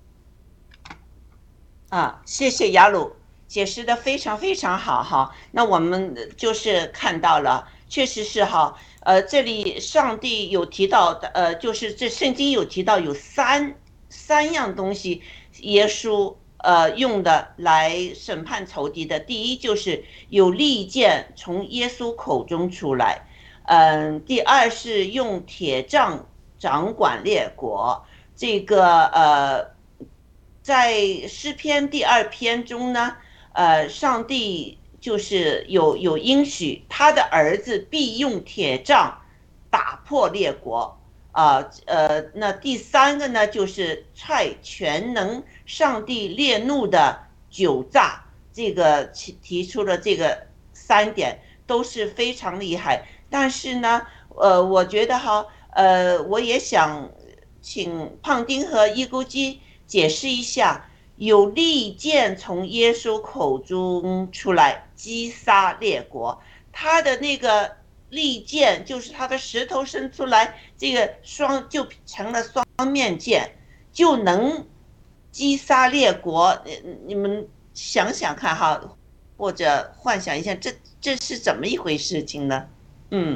啊，谢谢雅鲁解释的非常非常好哈。那我们就是看到了，确实是哈。呃，这里上帝有提到的，呃，就是这圣经有提到有三三样东西，耶稣呃用的来审判仇敌的。第一就是有利剑从耶稣口中出来。嗯，第二是用铁杖掌管列国。这个呃，在诗篇第二篇中呢，呃，上帝就是有有应许，他的儿子必用铁杖打破列国。啊 呃, 呃，那第三个呢，就是踹全能上帝烈怒的酒炸。这个提出了这个三点都是非常厉害。但是呢，呃，我觉得哈，呃，我也想请胖丁和一钩鸡解释一下，有利剑从耶稣口中出来击杀列国，他的那个利剑就是他的石头伸出来，这个双就成了双面剑，就能击杀列国。你们想想看哈，或者幻想一下，这这是怎么一回事情呢？嗯，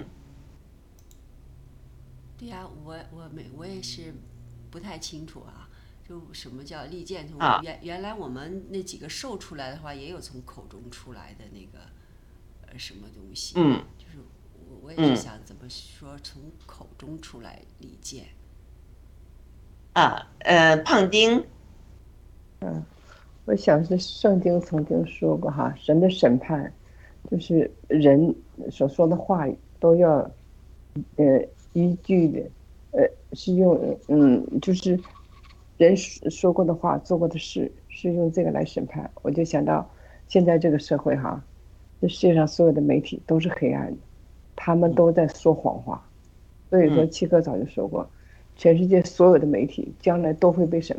对呀、啊，我我没我也是不太清楚啊，就什么叫利剑从啊、 原原来我们那几个兽出来的话，也有从口中出来的那个呃什么东西， 嗯， 就是我我也是想怎么说从口中出来利剑。 啊，呃，胖丁， 嗯，我想是圣经曾经说过哈，神的审判就是人所说的话语。都要，呃，依据的，呃，是用，嗯，就是人说过的话、做过的事，是用这个来审判。我就想到，现在这个社会哈，这世界上所有的媒体都是黑暗的，他们都在说谎话。所以说，七哥早就说过，全世界所有的媒体将来都会被审判，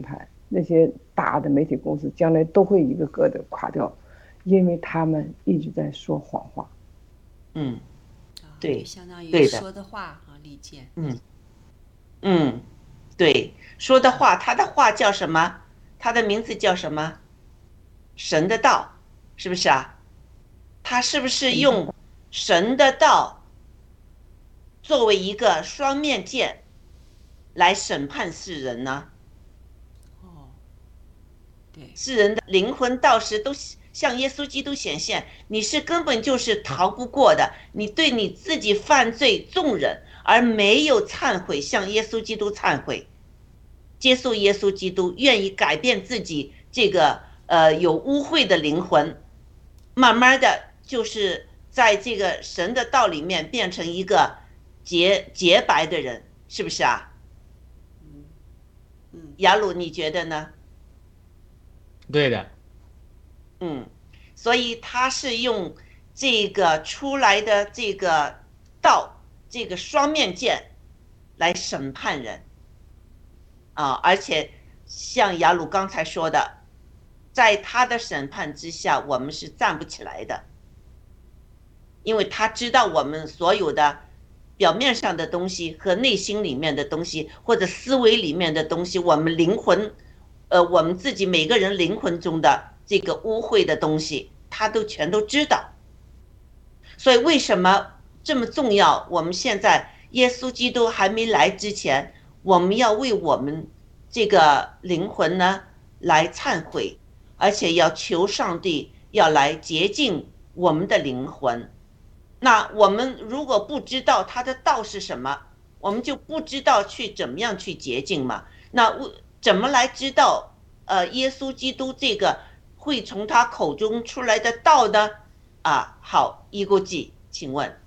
那些大的媒体公司将来都会一个个的垮掉，因为他们一直在说谎话。 嗯，对， 相当于对的说的话和利剑。 嗯嗯，对，说的话，他的话叫什么？他的名字叫什么？神的道，是不是啊？他是不是用神的道作为一个双面剑来审判世人呢？ 哦，对， 世人的灵魂到时都向耶稣基督显现，你是根本就是逃不过的。你对你自己犯罪纵忍，而没有忏悔，向耶稣基督忏悔，接受耶稣基督，愿意改变自己这个呃有污秽的灵魂，慢慢的就是在这个神的道里面变成一个洁洁白的人，是不是啊？ 嗯嗯， 雅鲁，你觉得呢？ 对的。 嗯，所以他是用这个出来的这个道，这个双面剑来审判人啊，而且像雅鲁刚才说的，在他的审判之下，我们是站不起来的，因为他知道我们所有的表面上的东西和内心里面的东西，或者思维里面的东西，我们灵魂，呃，我们自己每个人灵魂中的这个污秽的东西，他都全都知道。所以为什么这么重要？我们现在耶稣基督还没来之前，我们要为我们这个灵魂呢来忏悔，而且要求上帝要来洁净我们的灵魂。那我们如果不知道他的道是什么，我们就不知道去怎么样去洁净嘛。那怎么来知道呃耶稣基督这个会从他口中出来的道呢？啊，好，一锅记，请问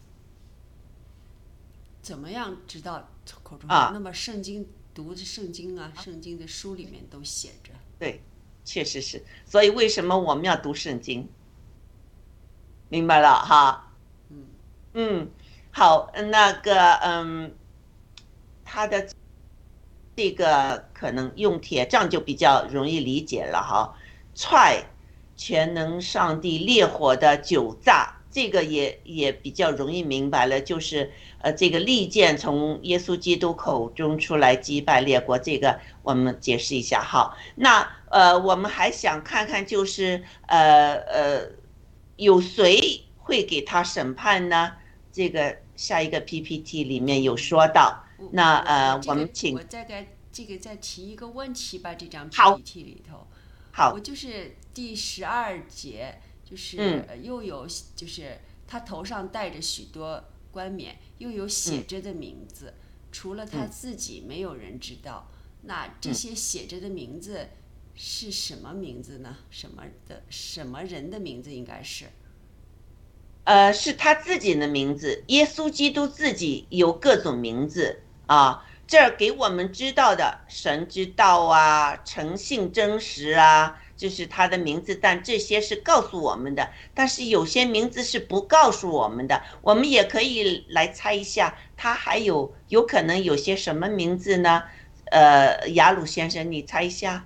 怎么样知道口中？ 啊， 那么圣经读的圣经啊，圣经的书里面都写着。 对，确实是。所以为什么我们要读圣经？明白了哈。 嗯嗯，好，那个嗯，他的这个可能用铁杖就比较容易理解了哈。踹全能上帝烈火的酒炸，这个也也比较容易明白了，就是呃这个利剑从耶稣基督口中出来击败列国，这个我们解释一下哈。那呃我们还想看看就是呃呃有谁会给他审判呢？这个下一个 P P T 里面有说到。那呃我们请我再给这个再提一个问题吧，这张 P P T 里头。 好， 我就是第十二节，就是、 嗯、 又有就是他头上戴着许多冠冕，又有写着的名字，嗯、除了他自己，没有人知道。嗯、那这些写着的名字是什么名字呢？什么的什么人的名字应该是？ 呃，是他自己的名字。耶稣基督自己有各种名字啊。这儿给我们知道的神之道啊，诚信真实啊，就是他的名字，但这些是告诉我们的，但是有些名字是不告诉我们的，我们也可以来猜一下，他还有有可能有些什么名字呢？呃，雅鲁先生，你猜一下。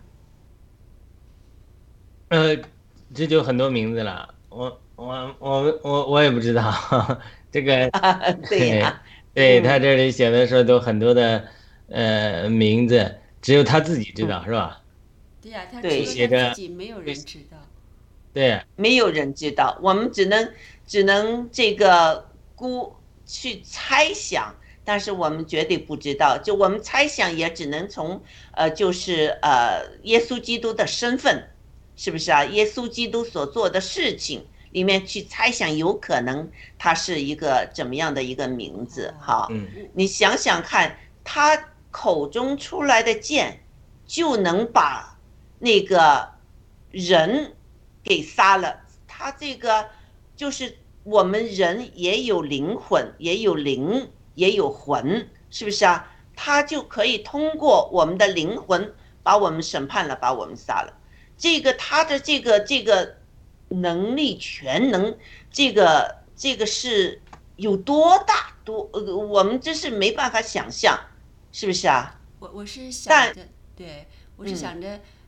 呃，这就很多名字了，我我我我我也不知道这个。 对呀、啊。 对，他这里写的时候都很多的呃名字，只有他自己知道，是吧？ 对呀、啊，他除了他自己没有人知道。 对， 没有人知道，我们只能只能这个估去猜想，但是我们绝对不知道。就我们猜想也只能从呃就是呃耶稣基督的身份，是不是啊？耶稣基督所做的事情里面去猜想，有可能他是一个怎么样的一个名字哈？ 嗯， 你想想看，他口中出来的剑就能把那个人给杀了。他这个就是我们人也有灵魂，也有灵，也有魂，是不是啊？他就可以通过我们的灵魂把我们审判了，把我们杀了。这个他的这个这个。能力全能，这个这个是有多大多？呃，我们真是没办法想象，是不是啊？ 我我是想着，对，我是想着，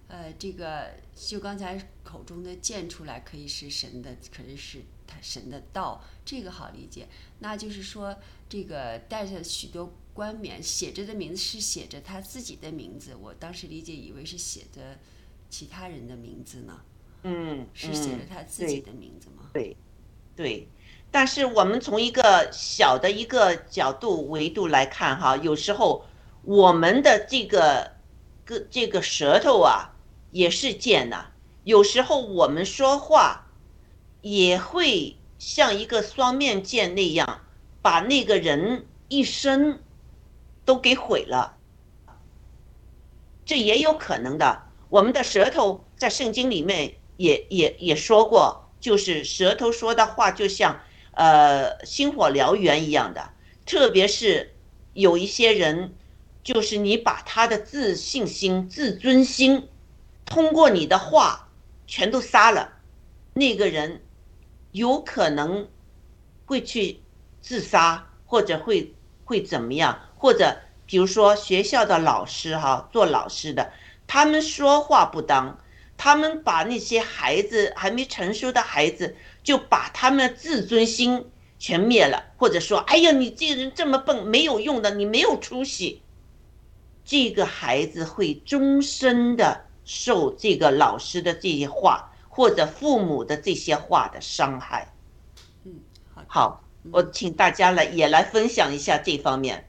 呃，这个就刚才口中的见出来可以是神的，可以是他神的道，这个好理解。那就是说，这个带着许多冠冕，写着的名字是写着他自己的名字，我当时理解以为是写着其他人的名字呢。 嗯， 是写着他自己的名字吗？ 对，对。但是我们从一个小的一个角度维度来看哈，有时候我们的这个个这个舌头啊也是剑呐、啊，有时候我们说话也会像一个双面剑那样，把那个人一生都给毁了，这也有可能的。我们的舌头在圣经里面也也也说过，就是舌头说的话就像呃星火燎原一样的，特别是有一些人，就是你把他的自信心、自尊心通过你的话全都杀了，那个人有可能会去自杀，或者会会怎么样，或者比如说学校的老师哈，做老师的，他们说话不当，他们把那些孩子还没成熟的孩子，就把他们的自尊心全灭了，或者说，哎呀，你这个人这么笨，没有用的，你没有出息，这个孩子会终身的受这个老师的这些话，或者父母的这些话的伤害。 嗯，好， 好，我请大家来也来分享一下这方面。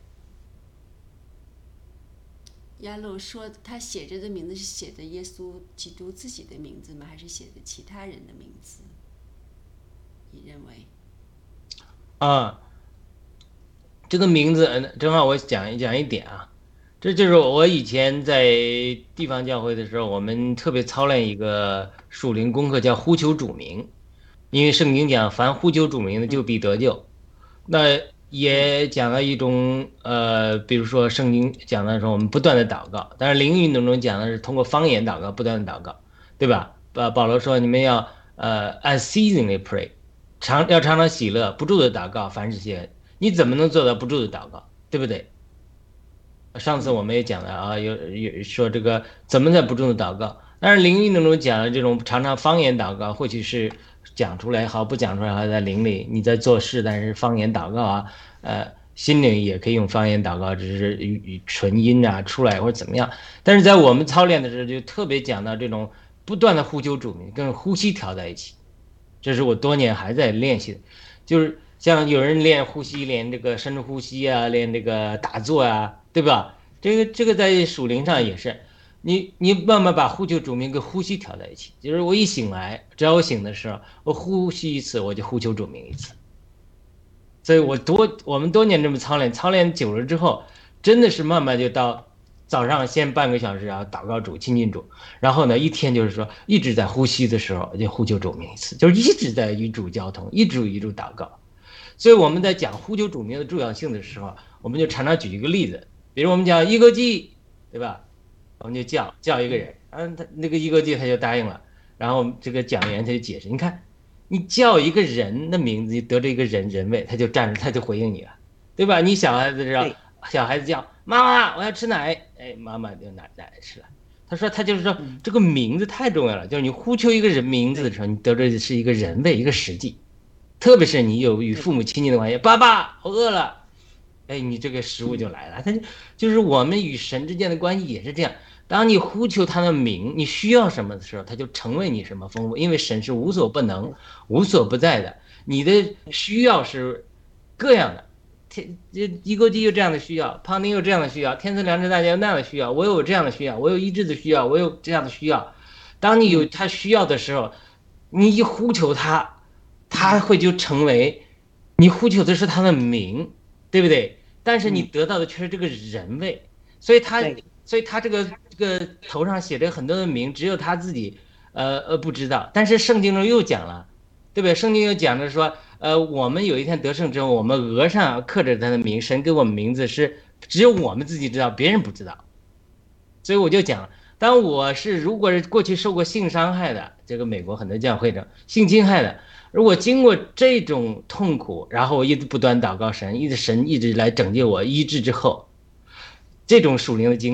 亚露说他写着的名字是写的耶稣基督自己的名字吗？还是写的其他人的名字？你认为？ 啊，这个名字正好我讲一讲一点啊，这就是我以前在地方教会的时候，我们特别操练一个属灵功课，叫呼求主名，因为圣经讲凡呼求主名的就必得救。那也讲了一种呃，比如说圣经讲的时候，我们不断的祷告，但是灵运动中讲的是通过方言祷告，不断的祷告，对吧？保保罗说你们要呃 unceasingly pray， 常要常常喜乐，不住的祷告，凡事谢恩。你怎么能做到不住的祷告，对不对？上次我们也讲了啊，有有说这个怎么在不住的祷告，但是灵运动中讲的这种常常方言祷告，或许是讲出来好，不讲出来好，在灵里你在做事，但是方言祷告啊，呃，心灵也可以用方言祷告，只是语纯音啊出来或者怎么样。但是在我们操练的时候，就特别讲到这种不断的呼求主名，跟呼吸调在一起，这是我多年还在练习的，就是像有人练呼吸，练这个深度呼吸啊，练这个打坐啊，对吧？这个这个在属灵上也是。你你慢慢把呼求主名跟呼吸调在一起，就是我一醒来，只要我醒的时候，我呼吸一次，我就呼求主名一次。所以我多我们多年这么操练，操练久了之后，真的是慢慢就到早上先半个小时啊，祷告主、亲近主，然后呢一天就是说一直在呼吸的时候就呼求主名一次，就是一直在与主交通，一直一直祷告。所以我们在讲呼求主名的重要性的时候，我们就常常举一个例子，比如我们讲一个记，对吧？我们就叫叫一个人，嗯、啊，他那个一个记他就答应了，然后这个讲员他就解释，你看，你叫一个人的名字，就得着一个人人位，他就站着，他就回应你了，对吧？你小孩子知道，小孩子叫妈妈，我要吃奶，哎，妈妈就拿奶吃了。他说他就是说这个名字太重要了，就是你呼求一个人名字的时候，你得着的是一个人位，一个实际，特别是你有与父母亲近的关系，爸爸，我饿了。哎，你这个食物就来了。他就是我们与神之间的关系也是这样。当你呼求他的名，你需要什么的时候，他就成为你什么丰富。因为神是无所不能、无所不在的，你的需要是各样的。天，一个鸡有这样的需要，胖丁有这样的需要，天赐良知大家有那样的需要，我有这样的需要，我有医治的需要，我有这样的需要。当你有他需要的时候，你一呼求他，他会就成为你呼求的是他的名。对不对？但是你得到的却是这个人位，所以他，所以他这个这个头上写着很多的名，只有他自己，呃呃不知道。但是圣经中又讲了，对不对？圣经又讲着说，呃，我们有一天得胜之后，我们额上刻着他的名，神给我们名字是只有我们自己知道，别人不知道。所以我就讲，当我是如果是过去受过性伤害的，这个美国很多教会的性侵害的。如果经过这种痛苦，然后我一直不断祷告神，一直神一直来拯救我医治之后，这种属灵的经历，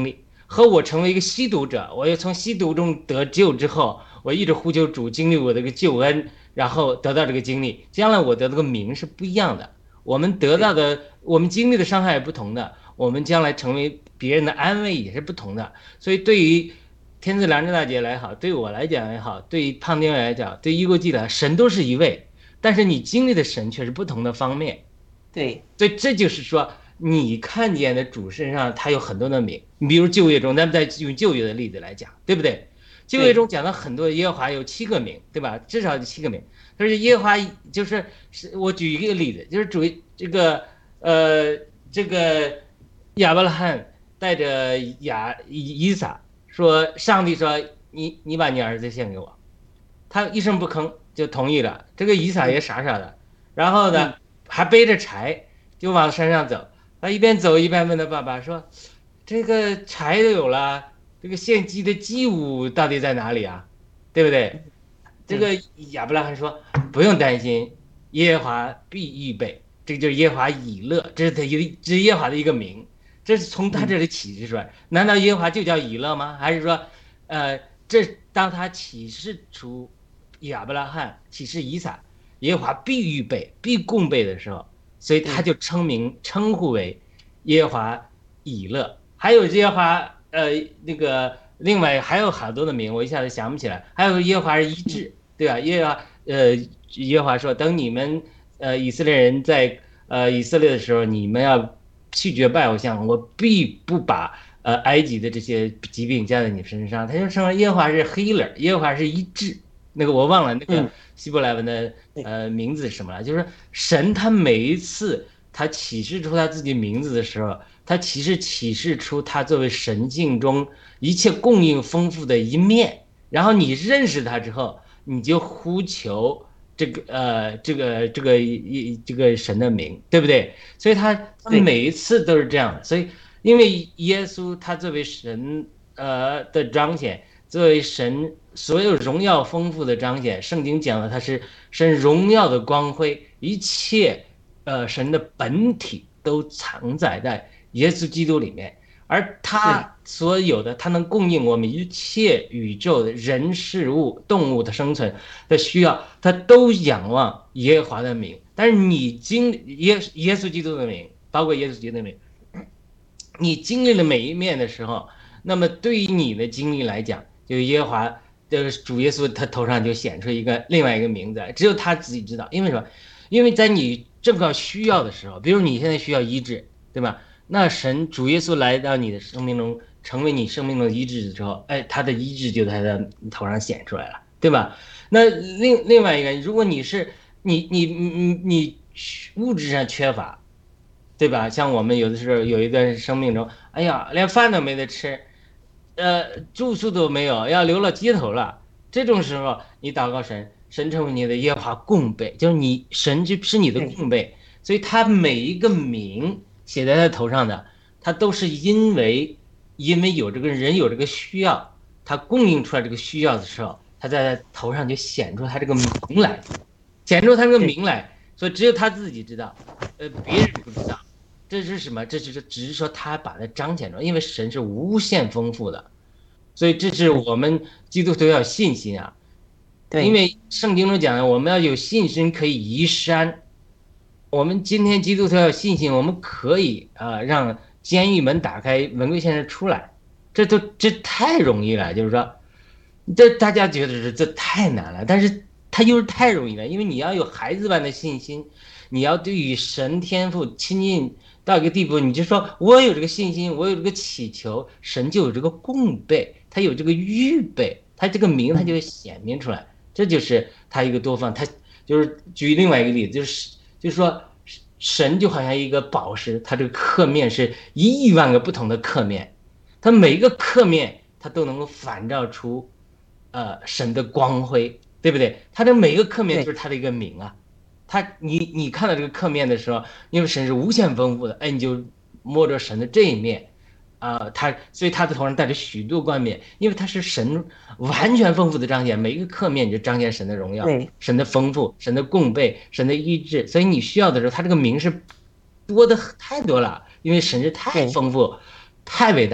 和我成为一个吸毒者，我要从吸毒中得救之后，我一直呼求主，经历我的这个救恩，然后得到这个经历，将来我得到个名是不一样的。我们得到的，我们经历的伤害也不同的，我们将来成为别人的安慰也是不同的。所以对于天赐良知大姐来好，对我来讲也好，对于胖丁来讲，对一国际来，神都是一位，但是你经历的神却是不同的方面。 对， 所以这就是说，你看见的主身上他有很多的名，你比如旧约中，咱们再用旧约的例子来讲，对不对？旧约中讲到很多耶和华有七个名，对吧？至少有七个名。但是耶和华就是我举一个例子，就是主这个呃这个亚伯拉罕带着亚以撒说，上帝说你你把你儿子献给我，他一声不吭就同意了。这个以撒也傻傻的，然后呢还背着柴就往山上走。他一边走一边问他爸爸说：“这个柴都有了，这个献祭的祭物到底在哪里啊？对不对？”这个亚伯拉罕说：“不用担心，耶和华必预备。”这个就是耶和华以勒，这是他一这是耶和华的一个名，这是从他这里启示出来。难道耶和华就叫以勒吗？还是说，呃，这当他启示出亚伯拉罕、启示以撒，耶和华必预备、必供备的时候，所以他就称名称呼为耶和华以勒。还有耶和华，呃，那个另外还有好多的名，我一下子想不起来。还有耶和华是医治，对吧？耶和华，呃，耶和华说，等你们呃以色列人在呃以色列的时候，你们要拒绝拜偶像，我必不把呃埃及的这些疾病加在你身上。他就说耶和华是 healer， 耶和华是医治。那个我忘了那个希伯来文的呃名字是什么了，就是神他每一次他启示出他自己名字的时候，他其实启示出他作为神性中一切供应丰富的一面，然后你认识他之后，你就呼求这个呃这个这个一这个神的名，对不对？所以他他每一次都是这样的。所以因为耶稣他作为神呃的彰显，作为神所有荣耀丰富的彰显，圣经讲的他是神荣耀的光辉，一切呃神的本体都藏在在耶稣基督里面，而他所有的，他能供应我们一切宇宙的人事物动物的生存的需要，他都仰望耶和华的名。但是你经耶耶稣基督的名，包括耶稣基督的名，你经历了每一面的时候，那么对于你的经历来讲，就耶和华的主耶稣他头上就显出一个另外一个名字，只有他自己知道。因为什么？因为在你正好需要的时候，比如你现在需要医治，对吧？那神主耶稣来到你的生命中，成为你生命中的医治之后，哎，他的医治就在他头上显出来了，对吧？那另另外一个，如果你是你你你你物质上缺乏，对吧？像我们有的时候有一段生命中，哎呀，连饭都没得吃，呃，住宿都没有，要流落街头了。这种时候，你祷告神，神成为你的耶和华供备，就是你神就是你的供备，所以他每一个名写在他头上的，他都是因为因为有这个人有这个需要，他供应出来这个需要的时候，他在他头上就显出他这个名来，显出他这个名来，所以只有他自己知道，呃，别人不知道。这是什么？这就是只是说他把它彰显出来，因为神是无限丰富的，所以这是我们基督徒要有信心啊。对，因为圣经中讲的，我们要有信心可以移山。我们今天基督徒要有信心，我们可以啊、呃、让监狱门打开，文贵先生出来，这都这太容易了。就是说，这大家觉得是这太难了，但是它又是太容易了，因为你要有孩子般的信心，你要对于神天父亲近到一个地步，你就说我有这个信心，我有这个祈求，神就有这个供备，他有这个预备，他这个名他就会显明出来。这就是他一个多方，他就是举另外一个例子，就是就是说神就好像一个宝石，它这个刻面是一亿万个不同的刻面，它每一个刻面它都能够反照出呃神的光辉，对不对？它的每一个刻面就是它的一个名啊。他你你看到这个刻面的时候，因为神是无限丰富的，哎，你就摸着神的这一面啊、呃，他所以他的头上带着许多冠冕，因为他是神完全丰富的彰显，每一个刻面你就彰显神的荣耀，神的丰富，神的供备，神的医治。所以你需要的时候，他这个名是多的太多了，因为神是太丰富太伟大，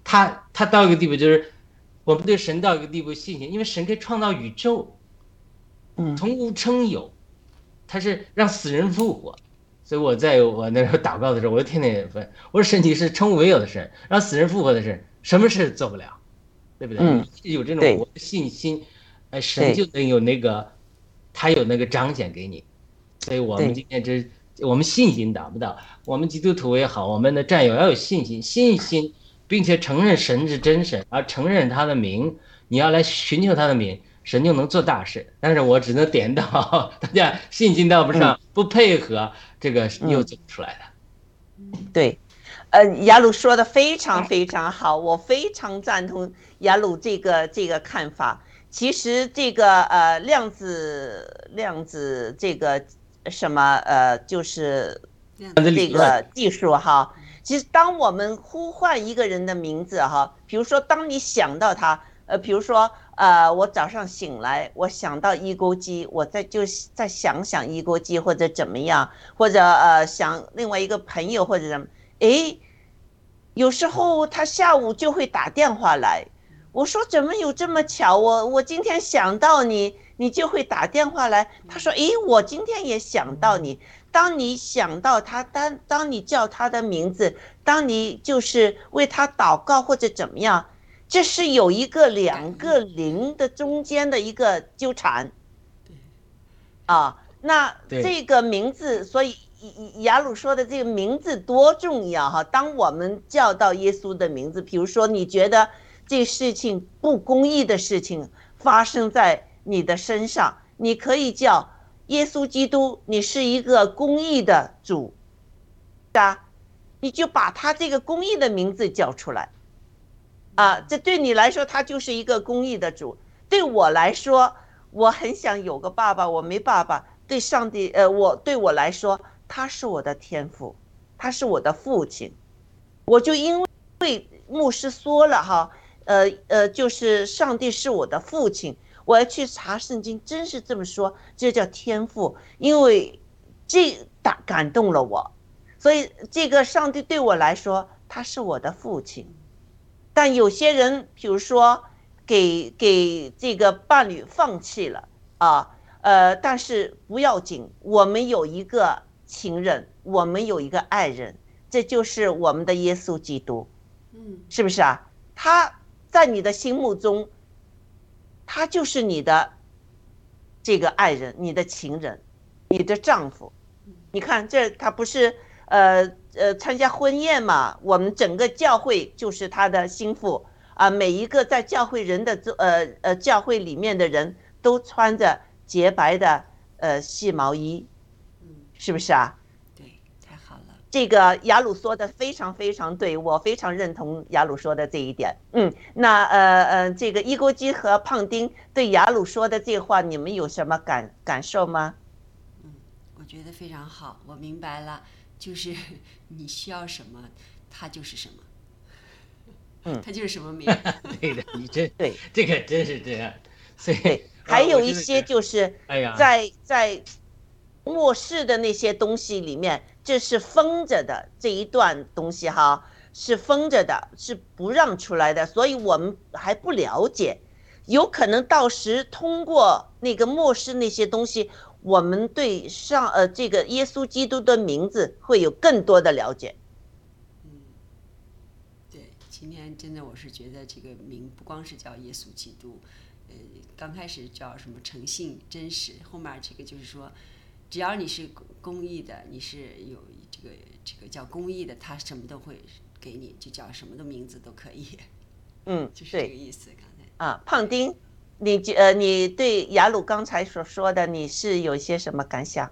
他他到一个地步，就是我们对神到一个地步信心，因为神可以创造宇宙， 嗯， 从无称有，他是让死人复活。所以我在我那时候祷告的时候，我就天天也问，我说神你是称无为有的神，让死人复活的神，什么事做不了，对不对？ 嗯， 有这种活的信心，哎，神就能有那个，他有那个彰显给你。所以我们今天这我们信心达不到，我们基督徒也好，我们的战友要有信心，信心，并且承认神是真神，而承认他的名，你要来寻求他的名。神就能做大事，但是我只能点到大家信心到不上，嗯、不配合，这个又走不出来的。 嗯、对，呃，雅鲁说的非常非常好，我非常赞同雅鲁这个这个看法。其实这个呃量子量子这个什么呃就是这个技术哈，其实当我们呼唤一个人的名字哈，比如说当你想到他。呃，比如说，呃，我早上醒来，我想到一锅鸡，我再就再想想一锅鸡或者怎么样，或者呃想另外一个朋友或者什么，诶，有时候他下午就会打电话来，我说怎么有这么巧？我我今天想到你，你就会打电话来。他说，诶，我今天也想到你。当你想到他，当当你叫他的名字，当你就是为他祷告或者怎么样。这是有一个两个零的中间的一个纠缠，啊，那这个名字，所以雅鲁说的这个名字多重要哈！当我们叫到耶稣的名字，比如说你觉得这事情不公义的事情发生在你的身上，你可以叫耶稣基督，你是一个公义的主，啊，你就把他这个公义的名字叫出来。啊，这对你来说，他就是一个公义的主。对我来说，我很想有个爸爸，我没爸爸。对上帝，呃，我对我来说，他是我的天父，他是我的父亲。我就因为牧师说了哈，呃呃，就是上帝是我的父亲，我要去查圣经，真是这么说，这叫天父，因为这打感动了我，所以这个上帝对我来说，他是我的父亲。但有些人，比如说给给这个伴侣放弃了啊，呃，但是不要紧，我们有一个情人，我们有一个爱人，这就是我们的耶稣基督，嗯，是不是啊？他在你的心目中，他就是你的这个爱人，你的情人，你的丈夫。你看，这他不是呃。呃，参加婚宴嘛，我们整个教会就是他的心腹啊。每一个在教会人的呃呃教会里面的人都穿着洁白的呃细毛衣，是不是啊？ 对，太好了。 这个雅鲁说的非常非常对，我非常认同雅鲁说的这一点。嗯，那呃呃，这个一锅鸡和胖丁对雅鲁说的这话，你们有什么感感受吗？ 嗯，我觉得非常好，我明白了。就是你需要什么，它就是什么，嗯，它就是什么名。 对的，你这对这个真是这样。所以还有一些就是在在末世的那些东西里面，这是封着的，这一段东西哈是封着的，是不让出来的，所以我们还不了解。有可能到时通过那个末世那些东西。我们对上呃这个耶稣基督的名字会有更多的了解。 嗯，对，今天真的我是觉得这个名不光是叫耶稣基督，呃，刚开始叫什么诚信真实，后面这个就是说，只要你是公义的，你是有这个这个叫公义的，他什么都会给你，就叫什么的名字都可以。 嗯， 就是这个意思。刚才啊，胖丁。你呃，你对雅鲁刚才所说的，你是有些什么感想？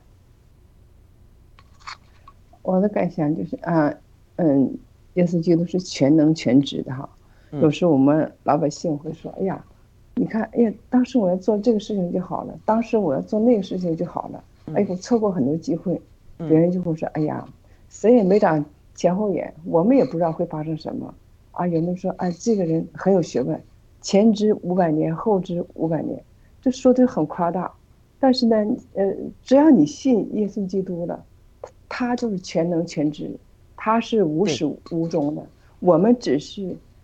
我的感想就是啊，嗯，耶稣基督是全能全知的哈。有时我们老百姓会说，哎呀，你看，哎呀，当时我要做这个事情就好了，当时我要做那个事情就好了，哎，我错过很多机会，别人就会说，哎呀，谁也没长前后眼，我们也不知道会发生什么啊。有人说，哎，这个人很有学问。前知五百年，后知五百年，这说的很夸大。但是呢，呃，只要你信耶稣基督了，他就是全能全知，他是无始无终的。我们只是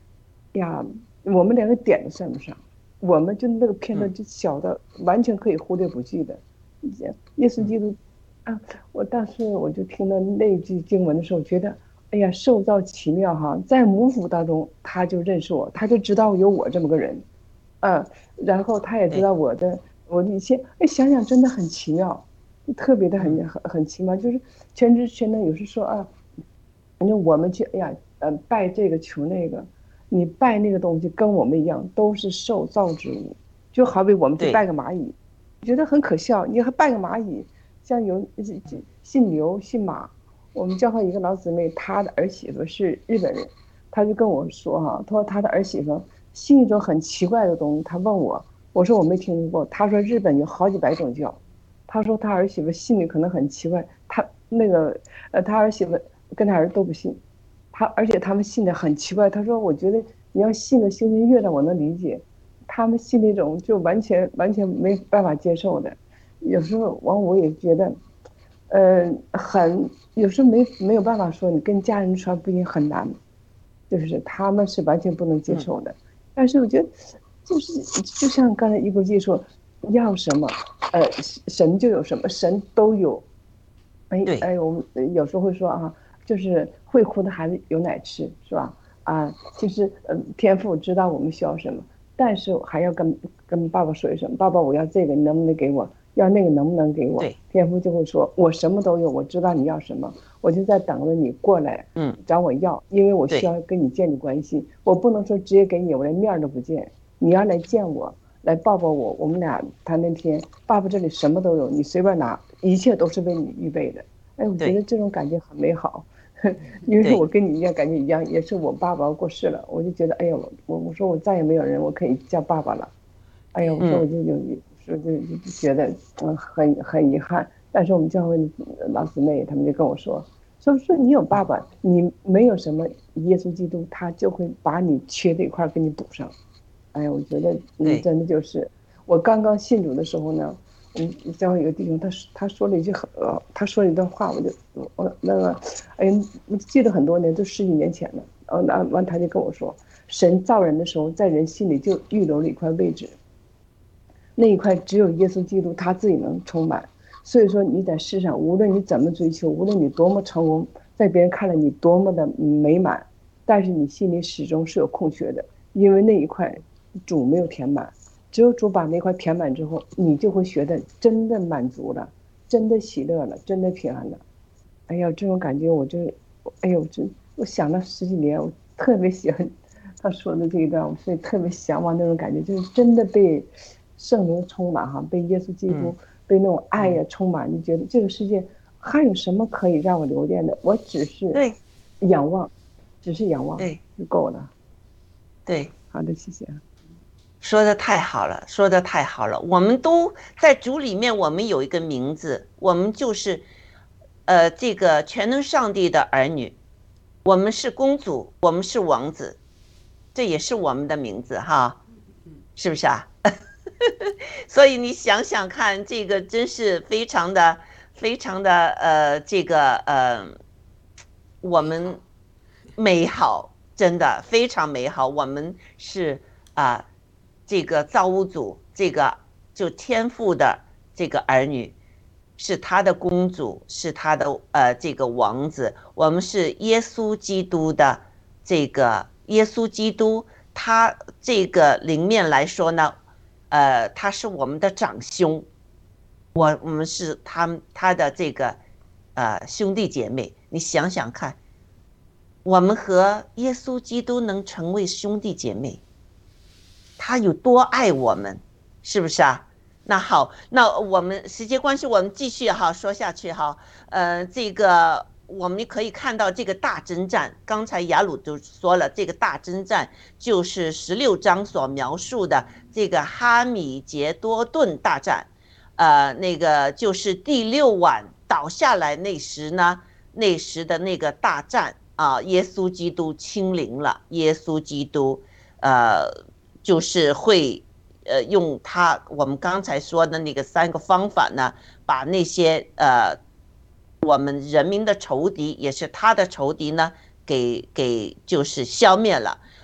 呀，我们连个点都算不上，我们就那个片段就小的完全可以忽略不计的。耶稣基督啊，我当时我就听到那句经文的时候，觉得哎呀，受造奇妙哈，在母腹当中他就认识我，他就知道有我这么个人，啊，然后他也知道我的我的一切，哎，想想真的很奇妙，特别的很很很奇妙，就是全知全能。有时说啊，反正我们去哎呀，呃，拜这个求那个，你拜那个东西跟我们一样，都是受造之物，就好比我们去拜个蚂蚁，觉得很可笑，你还拜个蚂蚁，像有姓刘姓马。我们教会一个老姊妹，她的儿媳妇是日本人，她就跟我说哈，她说她的儿媳妇信一种很奇怪的东西，她问我，我说我没听过，她说日本有好几百种教，她说她儿媳妇信的可能很奇怪，她那个呃，她儿媳妇跟她儿子都不信，她而且他们信的很奇怪，她说我觉得你要信个星星月亮我能理解，他们信那种就完全完全没办法接受的，有时候往我也觉得。呃，很有时候没没有办法说，你跟家人说不一定很难，就是他们是完全不能接受的。嗯、但是我觉得，就是就像刚才一国际说，要什么，呃，神就有什么，神都有。哎哎，我们有时候会说啊，就是会哭的孩子有奶吃，是吧？啊，其实呃，天父知道我们需要什么，但是还要跟跟爸爸说一声，爸爸我要这个，你能不能给我？要那个能不能给我？天父就会说，我什么都有，我知道你要什么，我就在等着你过来，嗯，找我要，因为我需要跟你建立关系，我不能说直接给你，我连面都不见，你要来见我，来抱抱我，我们俩他那天，爸爸这里什么都有，你随便拿，一切都是为你预备的。哎，我觉得这种感觉很美好，因为我跟你一样感觉一样，也是我爸爸过世了，我就觉得，哎呦，我我说我再也没有人我可以叫爸爸了，哎呀，我说我就有。嗯就就觉得嗯很很遗憾，但是我们教会老姊妹他们就跟我说，说说你有爸爸，你没有什么耶稣基督，他就会把你缺的一块给你补上。哎呀，我觉得嗯真的就是，我刚刚信主的时候呢，嗯，教会有个弟兄他他说了一句很呃他说了一段话，我就我那个哎呀我记得很多年，都十几年前了，然后那完他就跟我说，神造人的时候，在人心里就预留了一块位置。那一块只有耶稣基督他自己能充满，所以说你在世上无论你怎么追求，无论你多么成功，在别人看来你多么的美满，但是你心里始终是有空缺的，因为那一块主没有填满，只有主把那块填满之后，你就会觉得真的满足了，真的喜乐了，真的平安了。哎呀，这种感觉我就哎呦这我想了十几年，我特别喜欢他说的这一段，所以特别向往那种感觉，就是真的被圣灵充满哈，被耶稣基督、嗯、被那种爱呀充满，你觉得这个世界还有什么可以让我留恋的？我只是仰望，只是仰望，对，就够了。 对， 好的，谢谢。 说的太好了，说的太好了。我们都在主里面，我们有一个名字，我们就是，呃，这个全能上帝的儿女，我们是公主，我们是王子，这也是我们的名字哈，是不是啊？所以你想想看，这个真是非常的、非常的呃，这个呃，我们美好，真的非常美好。我们是啊、呃，这个造物主，这个就天父的这个儿女，是他的公主，是他的呃这个王子。我们是耶稣基督的这个耶稣基督，他这个灵面来说呢。呃，他是我们的长兄，我我们是他他的这个呃兄弟姐妹。你想想看，我们和耶稣基督能成为兄弟姐妹，他有多爱我们，是不是啊？那好，那我们时间关系，我们继续哈说下去哈。呃，这个。我们可以看到这个大征战，刚才雅鲁就说了，这个大征战就是十六章所描述的这个哈米杰多顿大战，呃，那个就是第六晚倒下来那时呢，那时的那个大战啊，耶稣基督亲临了，耶稣基督，呃，就是会呃用他我们刚才说的那个三个方法呢，把那些呃。我们人民的仇敌也是他的仇敌呢，给给就是消灭了。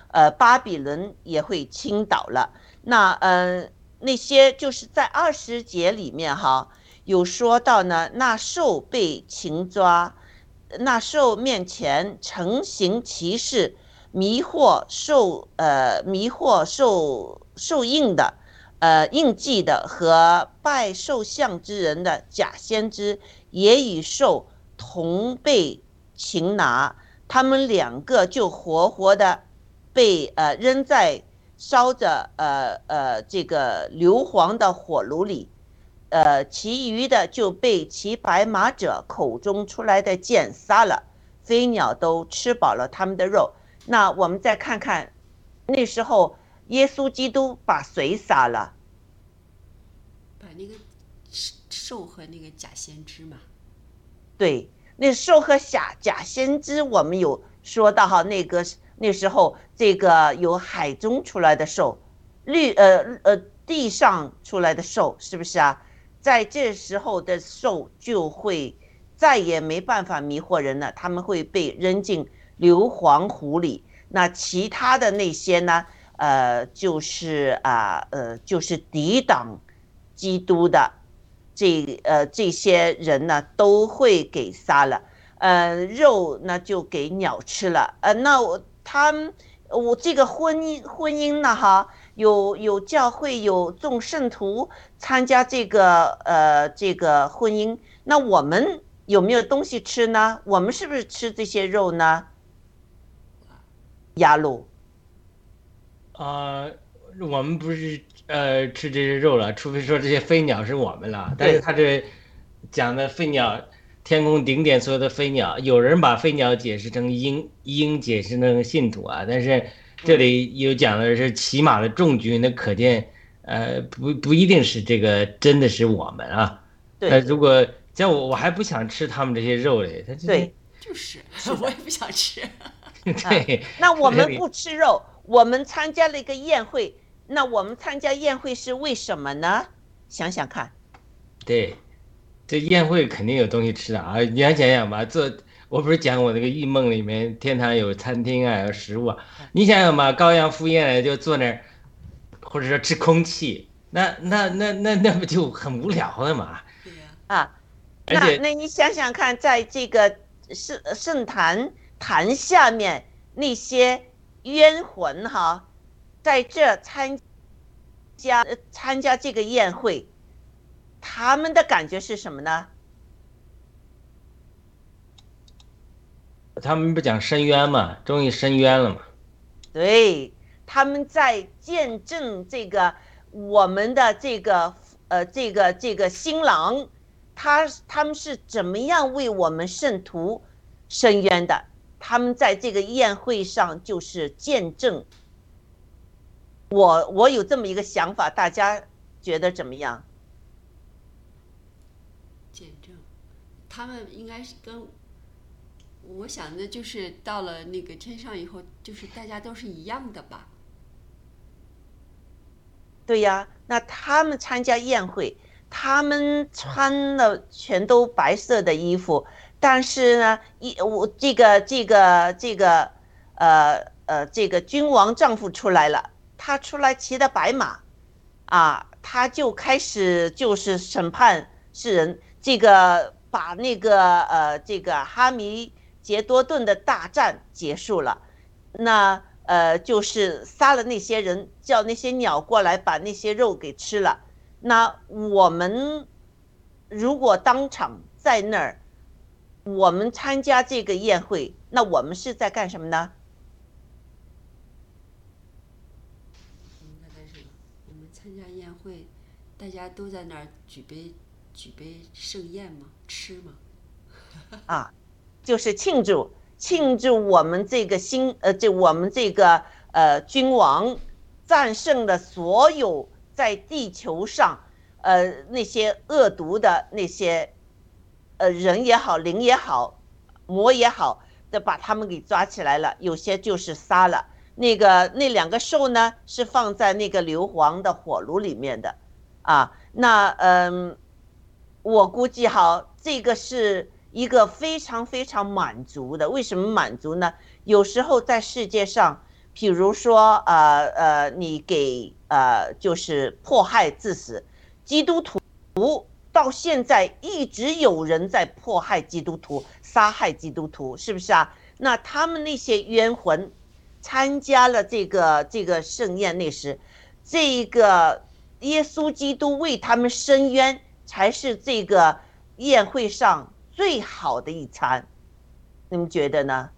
呃巴比伦也会倾倒了。那呃那些就是在二十节里面哈，有说到呢，那兽被擒抓，那兽面前成行其事，迷惑受呃迷惑受受印的呃印记的和拜兽像之人的假先知也与兽同被擒拿，他们两个就活活的被呃扔在烧着呃呃这个硫磺的火炉里，呃，其余的就被骑白马者口中出来的箭杀了，飞鸟都吃饱了他们的肉。那我们再看看，那时候耶稣基督把谁杀了？ 把那个兽和那个假先知嘛。 对，那兽和假假先知，我们有说到哈，那个那时候这个有海中出来的兽，绿呃呃地上出来的兽，是不是啊？在这时候的兽就会再也没办法迷惑人了，他们会被扔进硫磺湖里。那其他的那些呢？呃，就是啊呃，就是抵挡基督的这呃这些人呢，都会给杀了。呃，肉呢就给鸟吃了。呃，那我他们我这个婚姻婚姻呢哈，有有教会有众圣徒参加这个呃这个婚姻，那我们有没有东西吃呢？我们是不是吃这些肉呢？雅鲁啊、呃，我们不是呃吃这些肉了，除非说这些飞鸟是我们了。但是他这讲的飞鸟，天空顶点所有的飞鸟，有人把飞鸟解释成鹰，鹰解释成信徒啊。但是这里有讲的是骑马的众军，那可见呃不不一定是这个真的是我们啊。 对。 如果像我，我还不想吃他们这些肉嘞。他对， 就是我也不想吃。 对、 啊，那我们不吃肉，我们参加了一个宴会，那我们参加宴会是为什么呢？想想看。 对，这宴会肯定有东西吃的啊！你要想想吧，做我不是讲我那个异梦里面，天堂有餐厅啊，有食物啊。你想想吧，羔羊赴宴来就坐那儿，或者说吃空气，那那那那那不就很无聊了嘛？ 对呀。 啊，那那你想想看，在这个圣圣坛。坛下面那些冤魂哈，在这参加参加这个宴会，他们的感觉是什么呢？ 他们不讲深渊嘛，终于深渊了嘛。 对，他们在见证这个我们的这个呃这个这个新郎，他他们是怎么样为我们圣徒伸冤的。他们在这个宴会上就是见证。我我有这么一个想法，大家觉得怎么样？ 见证，他们应该是跟我想的就是到了那个天上以后，就是大家都是一样的吧？ 对呀，那他们参加宴会，他们穿了全都白色的衣服。但是呢，一我这个这个这个呃呃这个君王丈夫出来了，他出来骑的白马，啊，他就开始就是审判世人，这个把那个呃这个哈米杰多顿的大战结束了，那呃就是杀了那些人，叫那些鸟过来把那些肉给吃了。那我们如果当场在那儿。我们参加这个宴会，那我们是在干什么呢？ 我们在干什么？我们参加宴会，大家都在那儿举杯举杯盛宴吗？吃吗？ 啊，就是庆祝庆祝我们这个新呃，这我们这个呃君王战胜了所有在地球上呃那些恶毒的那些。呃，人也好，灵也好，魔也好的，把他们给抓起来了，有些就是杀了。那个那两个兽呢，是放在那个硫磺的火炉里面的，啊，那嗯，我估计哈，这个是一个非常非常满足的。为什么满足呢？有时候在世界上譬如说，呃呃，你给呃就是迫害致死，基督徒到现在一直有人在迫害基督徒、杀害基督徒，是不是啊？那他们那些冤魂参加了这个这个盛宴那时，这个耶稣基督为他们伸冤，才是这个宴会上最好的一餐。你们觉得呢？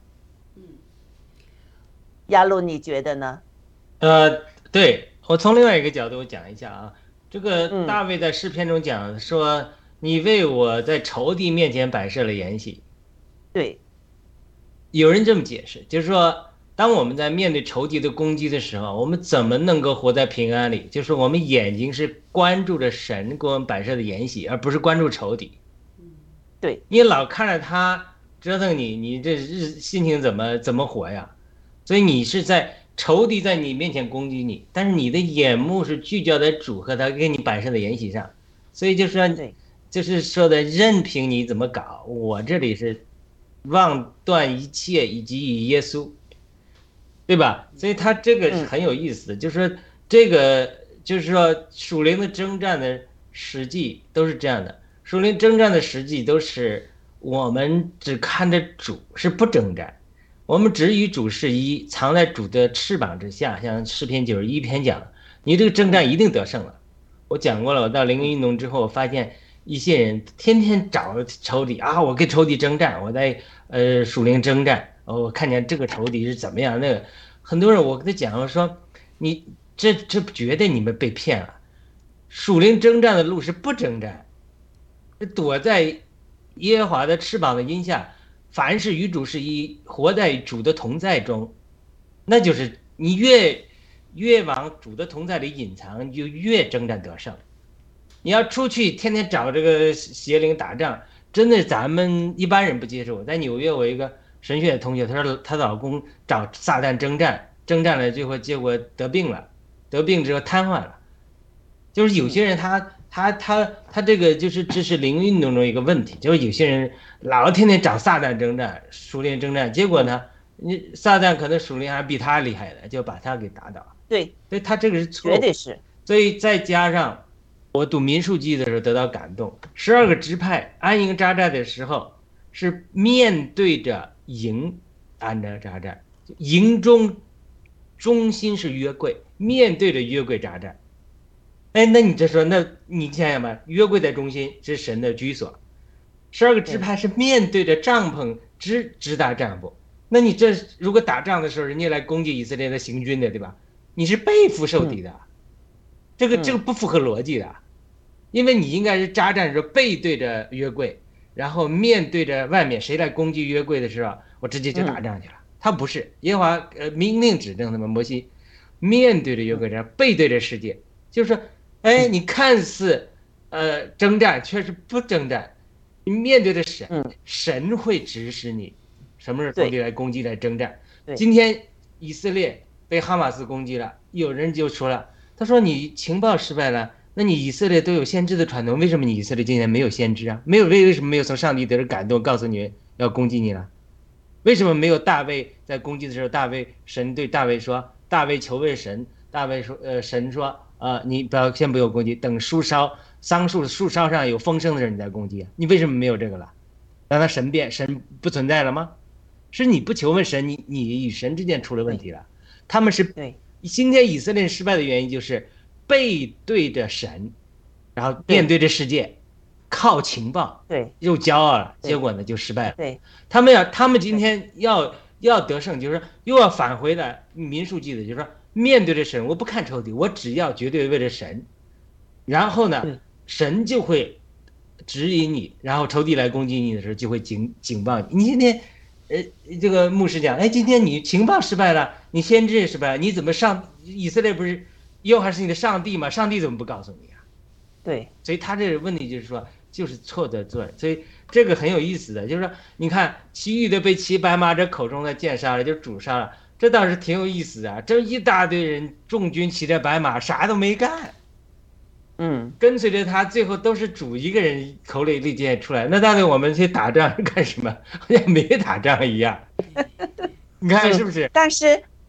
亚路，你觉得呢？ 呃，对，我从另外一个角度讲一下啊。这个大卫在诗篇中讲说，嗯、你为我在仇敌面前摆设了筵席。 对， 有人这么解释，就是说，当我们在面对仇敌的攻击的时候，我们怎么能够活在平安里？就是我们眼睛是关注着神给我们摆设的筵席，而不是关注仇敌。 对， 你老看着他折腾你，你这日心情怎么怎么活呀？所以你是在仇敌在你面前攻击你，但是你的眼目是聚焦在主和他给你摆设的筵席上，所以就说，就是说的任凭你怎么搞，我这里是忘断一切以及以耶稣，对吧？所以他这个是很有意思的，就是说这个就是说属灵的征战的实际都是这样的，属灵征战的实际都是我们只看着主，是不征战。我们只与主是一，藏在主的翅膀之下，像诗篇九十一篇讲，你这个征战一定得胜了。我讲过了，我到灵运动之后，我发现一些人天天找仇敌啊，我跟仇敌征战，我在呃属灵征战，我看见这个仇敌是怎么样，那个很多人我跟他讲，我说你这这绝对你们被骗了，属灵征战的路是不征战，躲在耶和华的翅膀的荫下。凡是与主是一，活在主的同在中，那就是你越越往主的同在里隐藏，你就越征战得胜。你要出去天天找这个邪灵打仗，真的咱们一般人不接受。在纽约，我一个神学的同学，他说她老公找撒旦征战，征战了最后结果得病了，得病之后瘫痪了。就是有些人他。他他他这个就是这是灵运动中一个问题，就是有些人老天天找撒旦征战，属灵征战，结果呢，你撒旦可能属灵还比他厉害的，就把他给打倒。 对， 所以他这个是错误， 绝对是。 所以再加上我读民数记的时候得到感动，十二个支派安营扎寨的时候是面对着营安营扎寨，营中中心是约柜，面对着约柜扎寨。哎，那你这说，那你想想吧，约柜在中心是神的居所，十二个支派是面对着帐篷直直打帐篷。那你这如果打仗的时候，人家来攻击以色列的行军的，对吧？你是背负受敌的，嗯、这个这个不符合逻辑的，嗯、因为你应该是扎战的时候背对着约柜，然后面对着外面，谁来攻击约柜的时候，我直接就打仗去了。嗯、他不是，耶和华呃命令指正他们，摩西面对着约柜，然后背对着世界，就是说。哎，你看似，呃，征战，却是不征战。你面对着神，嗯、神会指使你，什么时候仇敌来攻击来征战。今天以色列被哈马斯攻击了，有人就说了，他说你情报失败了，那你以色列都有先知的传统，为什么你以色列今天没有先知啊？没有为为什么没有从上帝得着感动，告诉你要攻击你了？为什么没有大卫在攻击的时候，大卫神对大卫说，大卫求问神，大卫说，呃，神说。啊，你不要先不要攻击，等树梢桑树树梢上有风声的时候你再攻击。你为什么没有这个了？让他神变神不存在了吗？是你不求问神，你你与神之间出了问题了。他们是对今天以色列失败的原因就是背对着神，然后面对着世界，靠情报， 对， 又骄傲了，结果呢就失败了。 对， 他们要他们今天要要得胜，就是又要返回来民数记的，就是说。面对着神，我不看仇敌，我只要绝对为了神，然后呢，神就会指引你，然后仇敌来攻击你的时候就会警警报你。你今天，呃，这个牧师讲，哎，今天你情报失败了，你先知也失败了，你怎么上以色列不是又还是你的上帝吗？上帝怎么不告诉你啊？ 对， 所以他这个问题就是说，就是错的做，所以这个很有意思的，就是说，你看其余的被骑白马者口中的剑杀了，就主杀了。这倒是挺有意思的，这一大堆人众军骑着白马，啥都没干， 嗯， 跟随着他，最后都是主一个人口里利剑出来。那到底我们去打仗是干什么？好像没打仗一样，你看是不是？ 但是，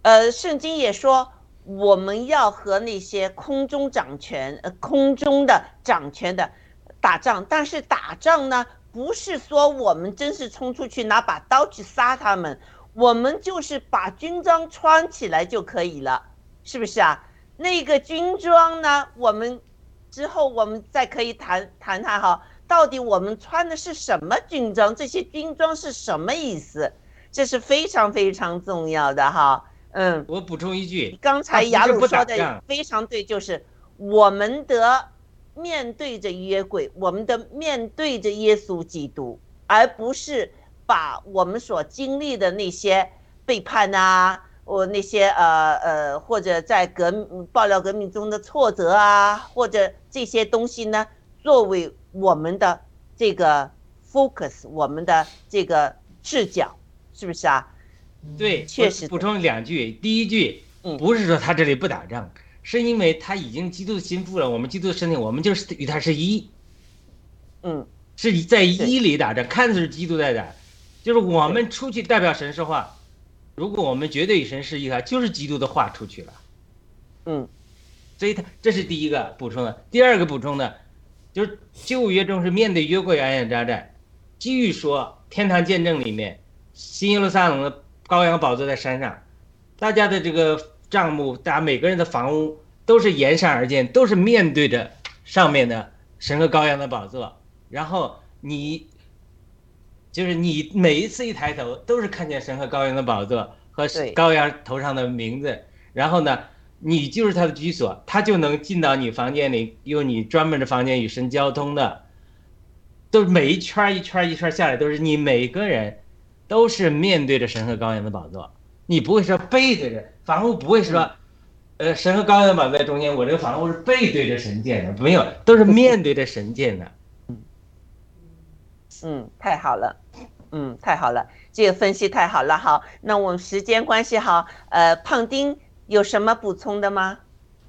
呃，圣经也说我们要和那些空中掌权、呃空中的掌权的打仗，但是打仗呢，不是说我们真是冲出去拿把刀去杀他们，我们就是把军装穿起来就可以了，是不是啊？那个军装呢，我们之后我们再可以谈谈谈哈，到底我们穿的是什么军装？这些军装是什么意思？这是非常非常重要的哈。嗯， 我补充一句， 刚才雅鲁说的非常对，就是我们的面对着约柜，我们的面对着耶稣基督，而不是把我们所经历的那些背叛啊，我那些呃呃，或者在革命爆料革命中的挫折啊，或者这些东西呢，作为我们的这个 focus， 我们的这个视角，是不是啊？ 对， 确实。 补充两句，第一句，不是说他这里不打仗，嗯、是因为他已经基督心腹了，我们基督的身体，我们就是与他是一， 嗯， 是在一里打仗，看的是基督在打，就是我们出去代表神说话，如果我们绝对与神是一的，就是基督的话出去了， 嗯， 所以他这是第一个补充的。第二个补充的，就是旧约中是面对约柜安营扎寨，继续说天堂见证里面，新耶路撒冷的羔羊宝座在山上，大家的这个帐幕，大家每个人的房屋都是沿山而建，都是面对着上面的神和羔羊的宝座。然后你就是你每一次一抬头，都是看见神和羔羊的宝座和羔羊头上的名字。然后呢，你就是他的居所，他就能进到你房间里，用你专门的房间与神交通的，都是每一圈一圈一圈下来，都是你每个人。都是面对着神和羔羊的宝座，你不会说背对着房屋，不会说，呃，神和羔羊的宝座在中间，我这个房屋是背对着神建的，没有，都是面对着神建的。 嗯，嗯，太好了，嗯，太好了，这个分析太好了。好，那我们时间关系，好，呃，胖丁有什么补充的吗？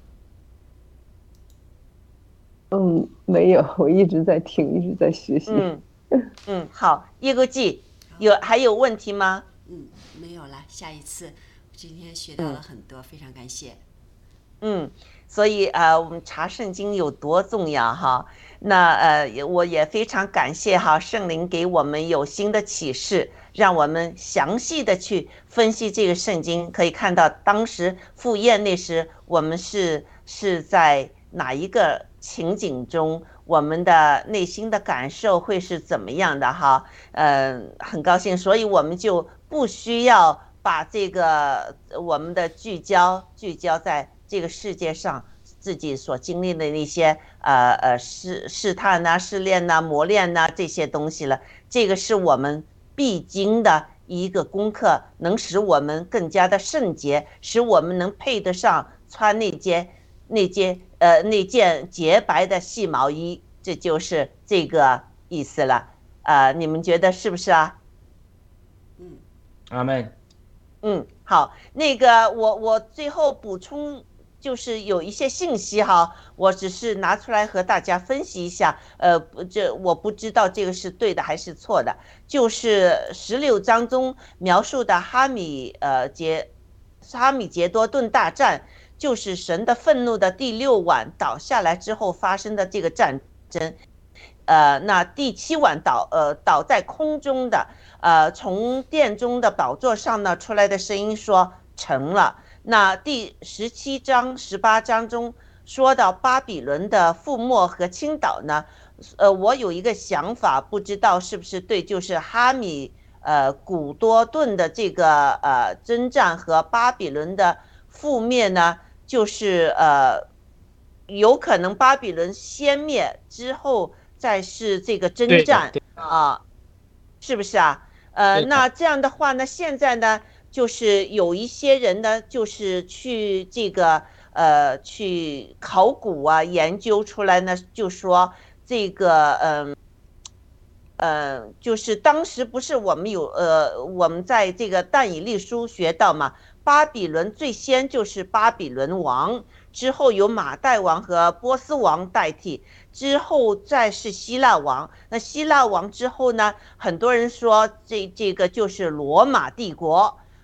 嗯，没有，我一直在听，一直在学习。 嗯嗯，好，叶国际。有还有问题吗？ 嗯，没有了。下一次，今天学到了很多，嗯、非常感谢。 嗯，所以呃，我们查圣经有多重要哈？那呃，我也非常感谢哈，圣灵给我们有新的启示，让我们详细的去分析这个圣经。可以看到当时赴宴那时，我们是是在哪一个情景中？我们的内心的感受会是怎么样的哈？嗯、呃，很高兴，所以我们就不需要把这个我们的聚焦聚焦在这个世界上自己所经历的那些呃呃试试探呐、试炼呐、磨练呐这些东西了。这个是我们必经的一个功课，能使我们更加的圣洁，使我们能配得上穿那件那件。呃，那件洁白的细毛衣，这就是这个意思了。呃，你们觉得是不是啊？ 嗯， 阿门。 嗯，好，那个我我最后补充就是有一些信息哈，我只是拿出来和大家分析一下。呃，这我不知道这个是对的还是错的。就是十六章中描述的哈米呃杰哈米杰多顿大战。就是神的愤怒的第六晚倒下来之后发生的这个战争，呃，那第七晚倒呃倒在空中的，呃，从殿中的宝座上呢出来的声音说成了。那第十七章、十八章中说到巴比伦的覆没和倾倒呢，呃，我有一个想法，不知道是不是对，就是哈米呃古多顿的这个呃征战和巴比伦的覆灭呢。就是呃，有可能巴比伦先灭之后，再是这个征战啊，是不是啊？呃，那这样的话呢，现在呢，就是有一些人呢，就是去这个呃去考古啊，研究出来呢，就说这个嗯呃, 呃，就是当时不是我们有呃我们在这个但以理书学到嘛。巴比伦最先就是巴比伦王，之后由马代王和波斯王代替，之后再是希腊王。那希腊王之后呢，很多人说这这个就是罗马帝国，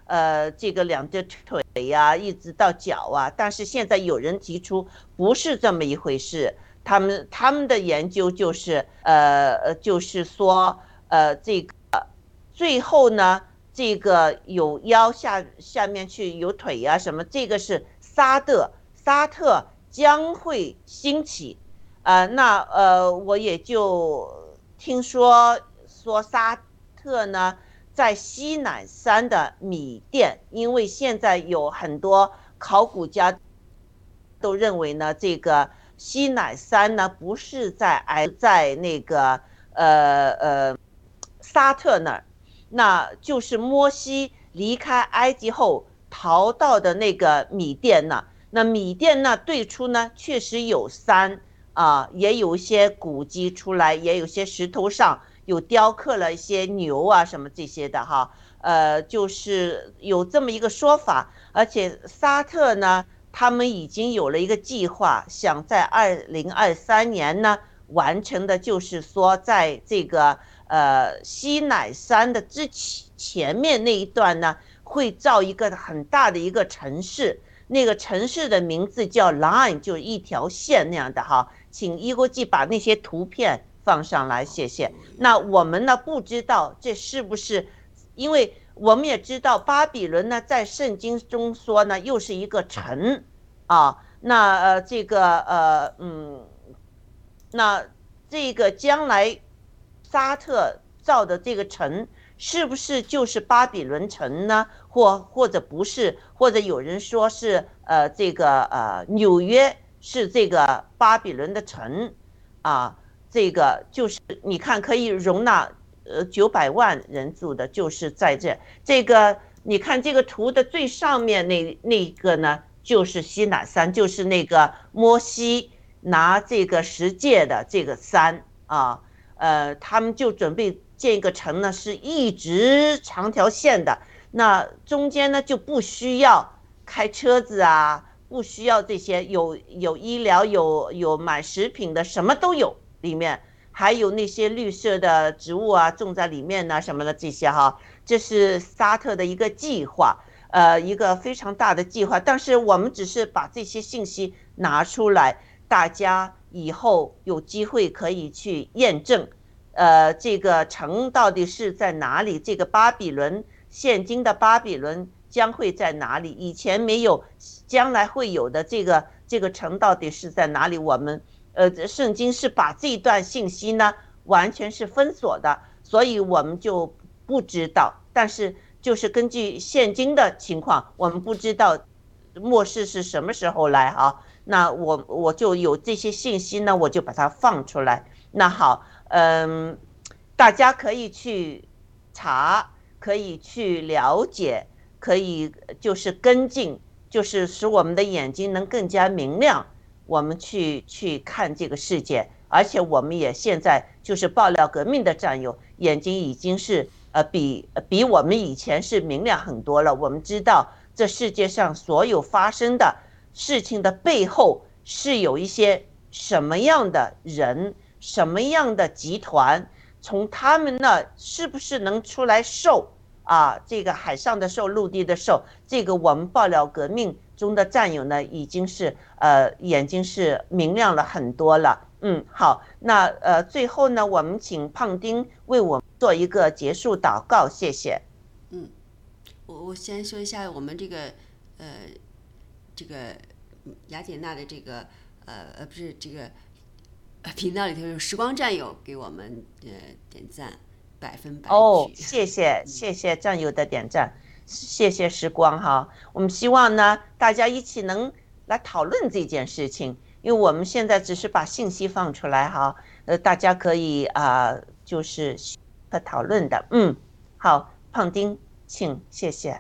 呃，这个两只腿呀、啊，一直到脚啊。但是现在有人提出不是这么一回事，他们他们的研究就是，呃，就是说，呃，这个最后呢，这个有腰下下面去有腿呀、啊、什么，这个是沙特沙特将会兴起，呃，那呃，我也就听说说沙特呢。在西乃山的米甸，因为现在有很多考古家都认为呢，这个西乃山呢不是在埃，在那个呃呃沙特那儿，那就是摩西离开埃及后逃到的那个米甸呢。那米甸呢最初呢确实有山啊、呃，也有一些古迹出来，也有些石头上。有雕刻了一些牛啊什么这些的哈，呃，就是有这么一个说法，而且沙特呢，他们已经有了一个计划，想在二零二三年呢完成的，就是说在这个呃西乃山的之前面那一段呢，会造一个很大的一个城市，那个城市的名字叫 Line， 就一条线那样的哈，请一国际把那些图片。放上来，谢谢。那我们呢不知道这是不是，因为我们也知道巴比伦呢在圣经中说呢又是一个城啊，那呃这个呃嗯，那这个将来沙特造的这个城是不是就是巴比伦城呢？或或者不是？或者有人说是呃这个呃纽约是这个巴比伦的城啊。这个就是你看可以容纳呃九百万人住的，就是在这这个你看这个图的最上面那那个呢，就是西乃山，就是那个摩西拿这个十诫的这个山啊，呃，他们就准备建一个城呢，是一直长条线的，那中间呢就不需要开车子啊，不需要这些，有有医疗，有有买食品的，什么都有。里面还有那些绿色的植物啊，种在里面呢、啊、什么的这些哈，这是沙特的一个计划，呃，一个非常大的计划。但是我们只是把这些信息拿出来，大家以后有机会可以去验证，呃，这个城到底是在哪里？这个巴比伦，现今的巴比伦将会在哪里？以前没有，将来会有的这个这个城到底是在哪里？我们。呃，圣经是把这段信息呢完全是封锁的，所以我们就不知道。但是就是根据现今的情况，我们不知道末世是什么时候来哈。那我我就有这些信息呢，我就把它放出来。那好，嗯，大家可以去查，可以去了解，可以就是跟进，就是使我们的眼睛能更加明亮。我们去去看这个世界，而且我们也现在就是爆料革命的战友，眼睛已经是呃比比我们以前是明亮很多了。我们知道这世界上所有发生的事情的背后是有一些什么样的人，什么样的集团，从他们那是不是能出来受啊？这个海上的受，陆地的受，这个我们爆料革命中的战友呢，已经是呃眼睛是明亮了很多了。嗯，好，那呃最后呢，我们请胖丁为我们做一个结束祷告，谢谢。 嗯，我我先说一下我们这个呃这个雅典娜的这个呃呃不是这个频道里头有时光战友给我们呃点赞，百分百哦，谢谢谢谢战友的点赞。谢谢时光哈，我们希望呢大家一起能来讨论这件事情，因为我们现在只是把信息放出来哈，呃，大家可以啊、呃、就是和讨论的，嗯，好，胖丁，请，谢谢。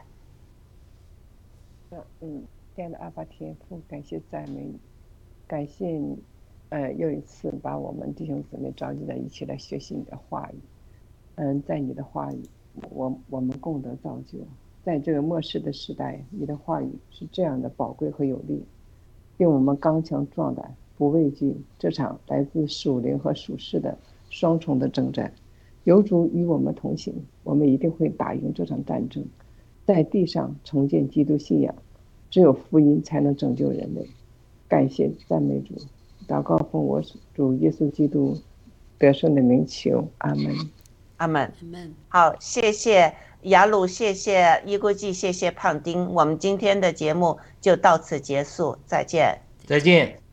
嗯，亲爱的阿爸天父，感谢赞美你，感谢你，呃，又一次把我们弟兄姊妹召集在一起来学习你的话语，嗯，在你的话语，我我们共得造就。在这个末世的时代，你的话语是这样的宝贵和有力，令我们刚强壮胆，不畏惧这场来自属灵和属世的双重的征战。有主与我们同行，我们一定会打赢这场战争。 在地上重建基督信仰。只有福音才能拯救人类。感谢赞美主，祷告奉我主耶稣基督得胜的名求，阿门。 阿门。 阿门。 好，谢谢雅鲁，谢谢一国际，谢谢胖丁，我们今天的节目就到此结束，再见。 再见。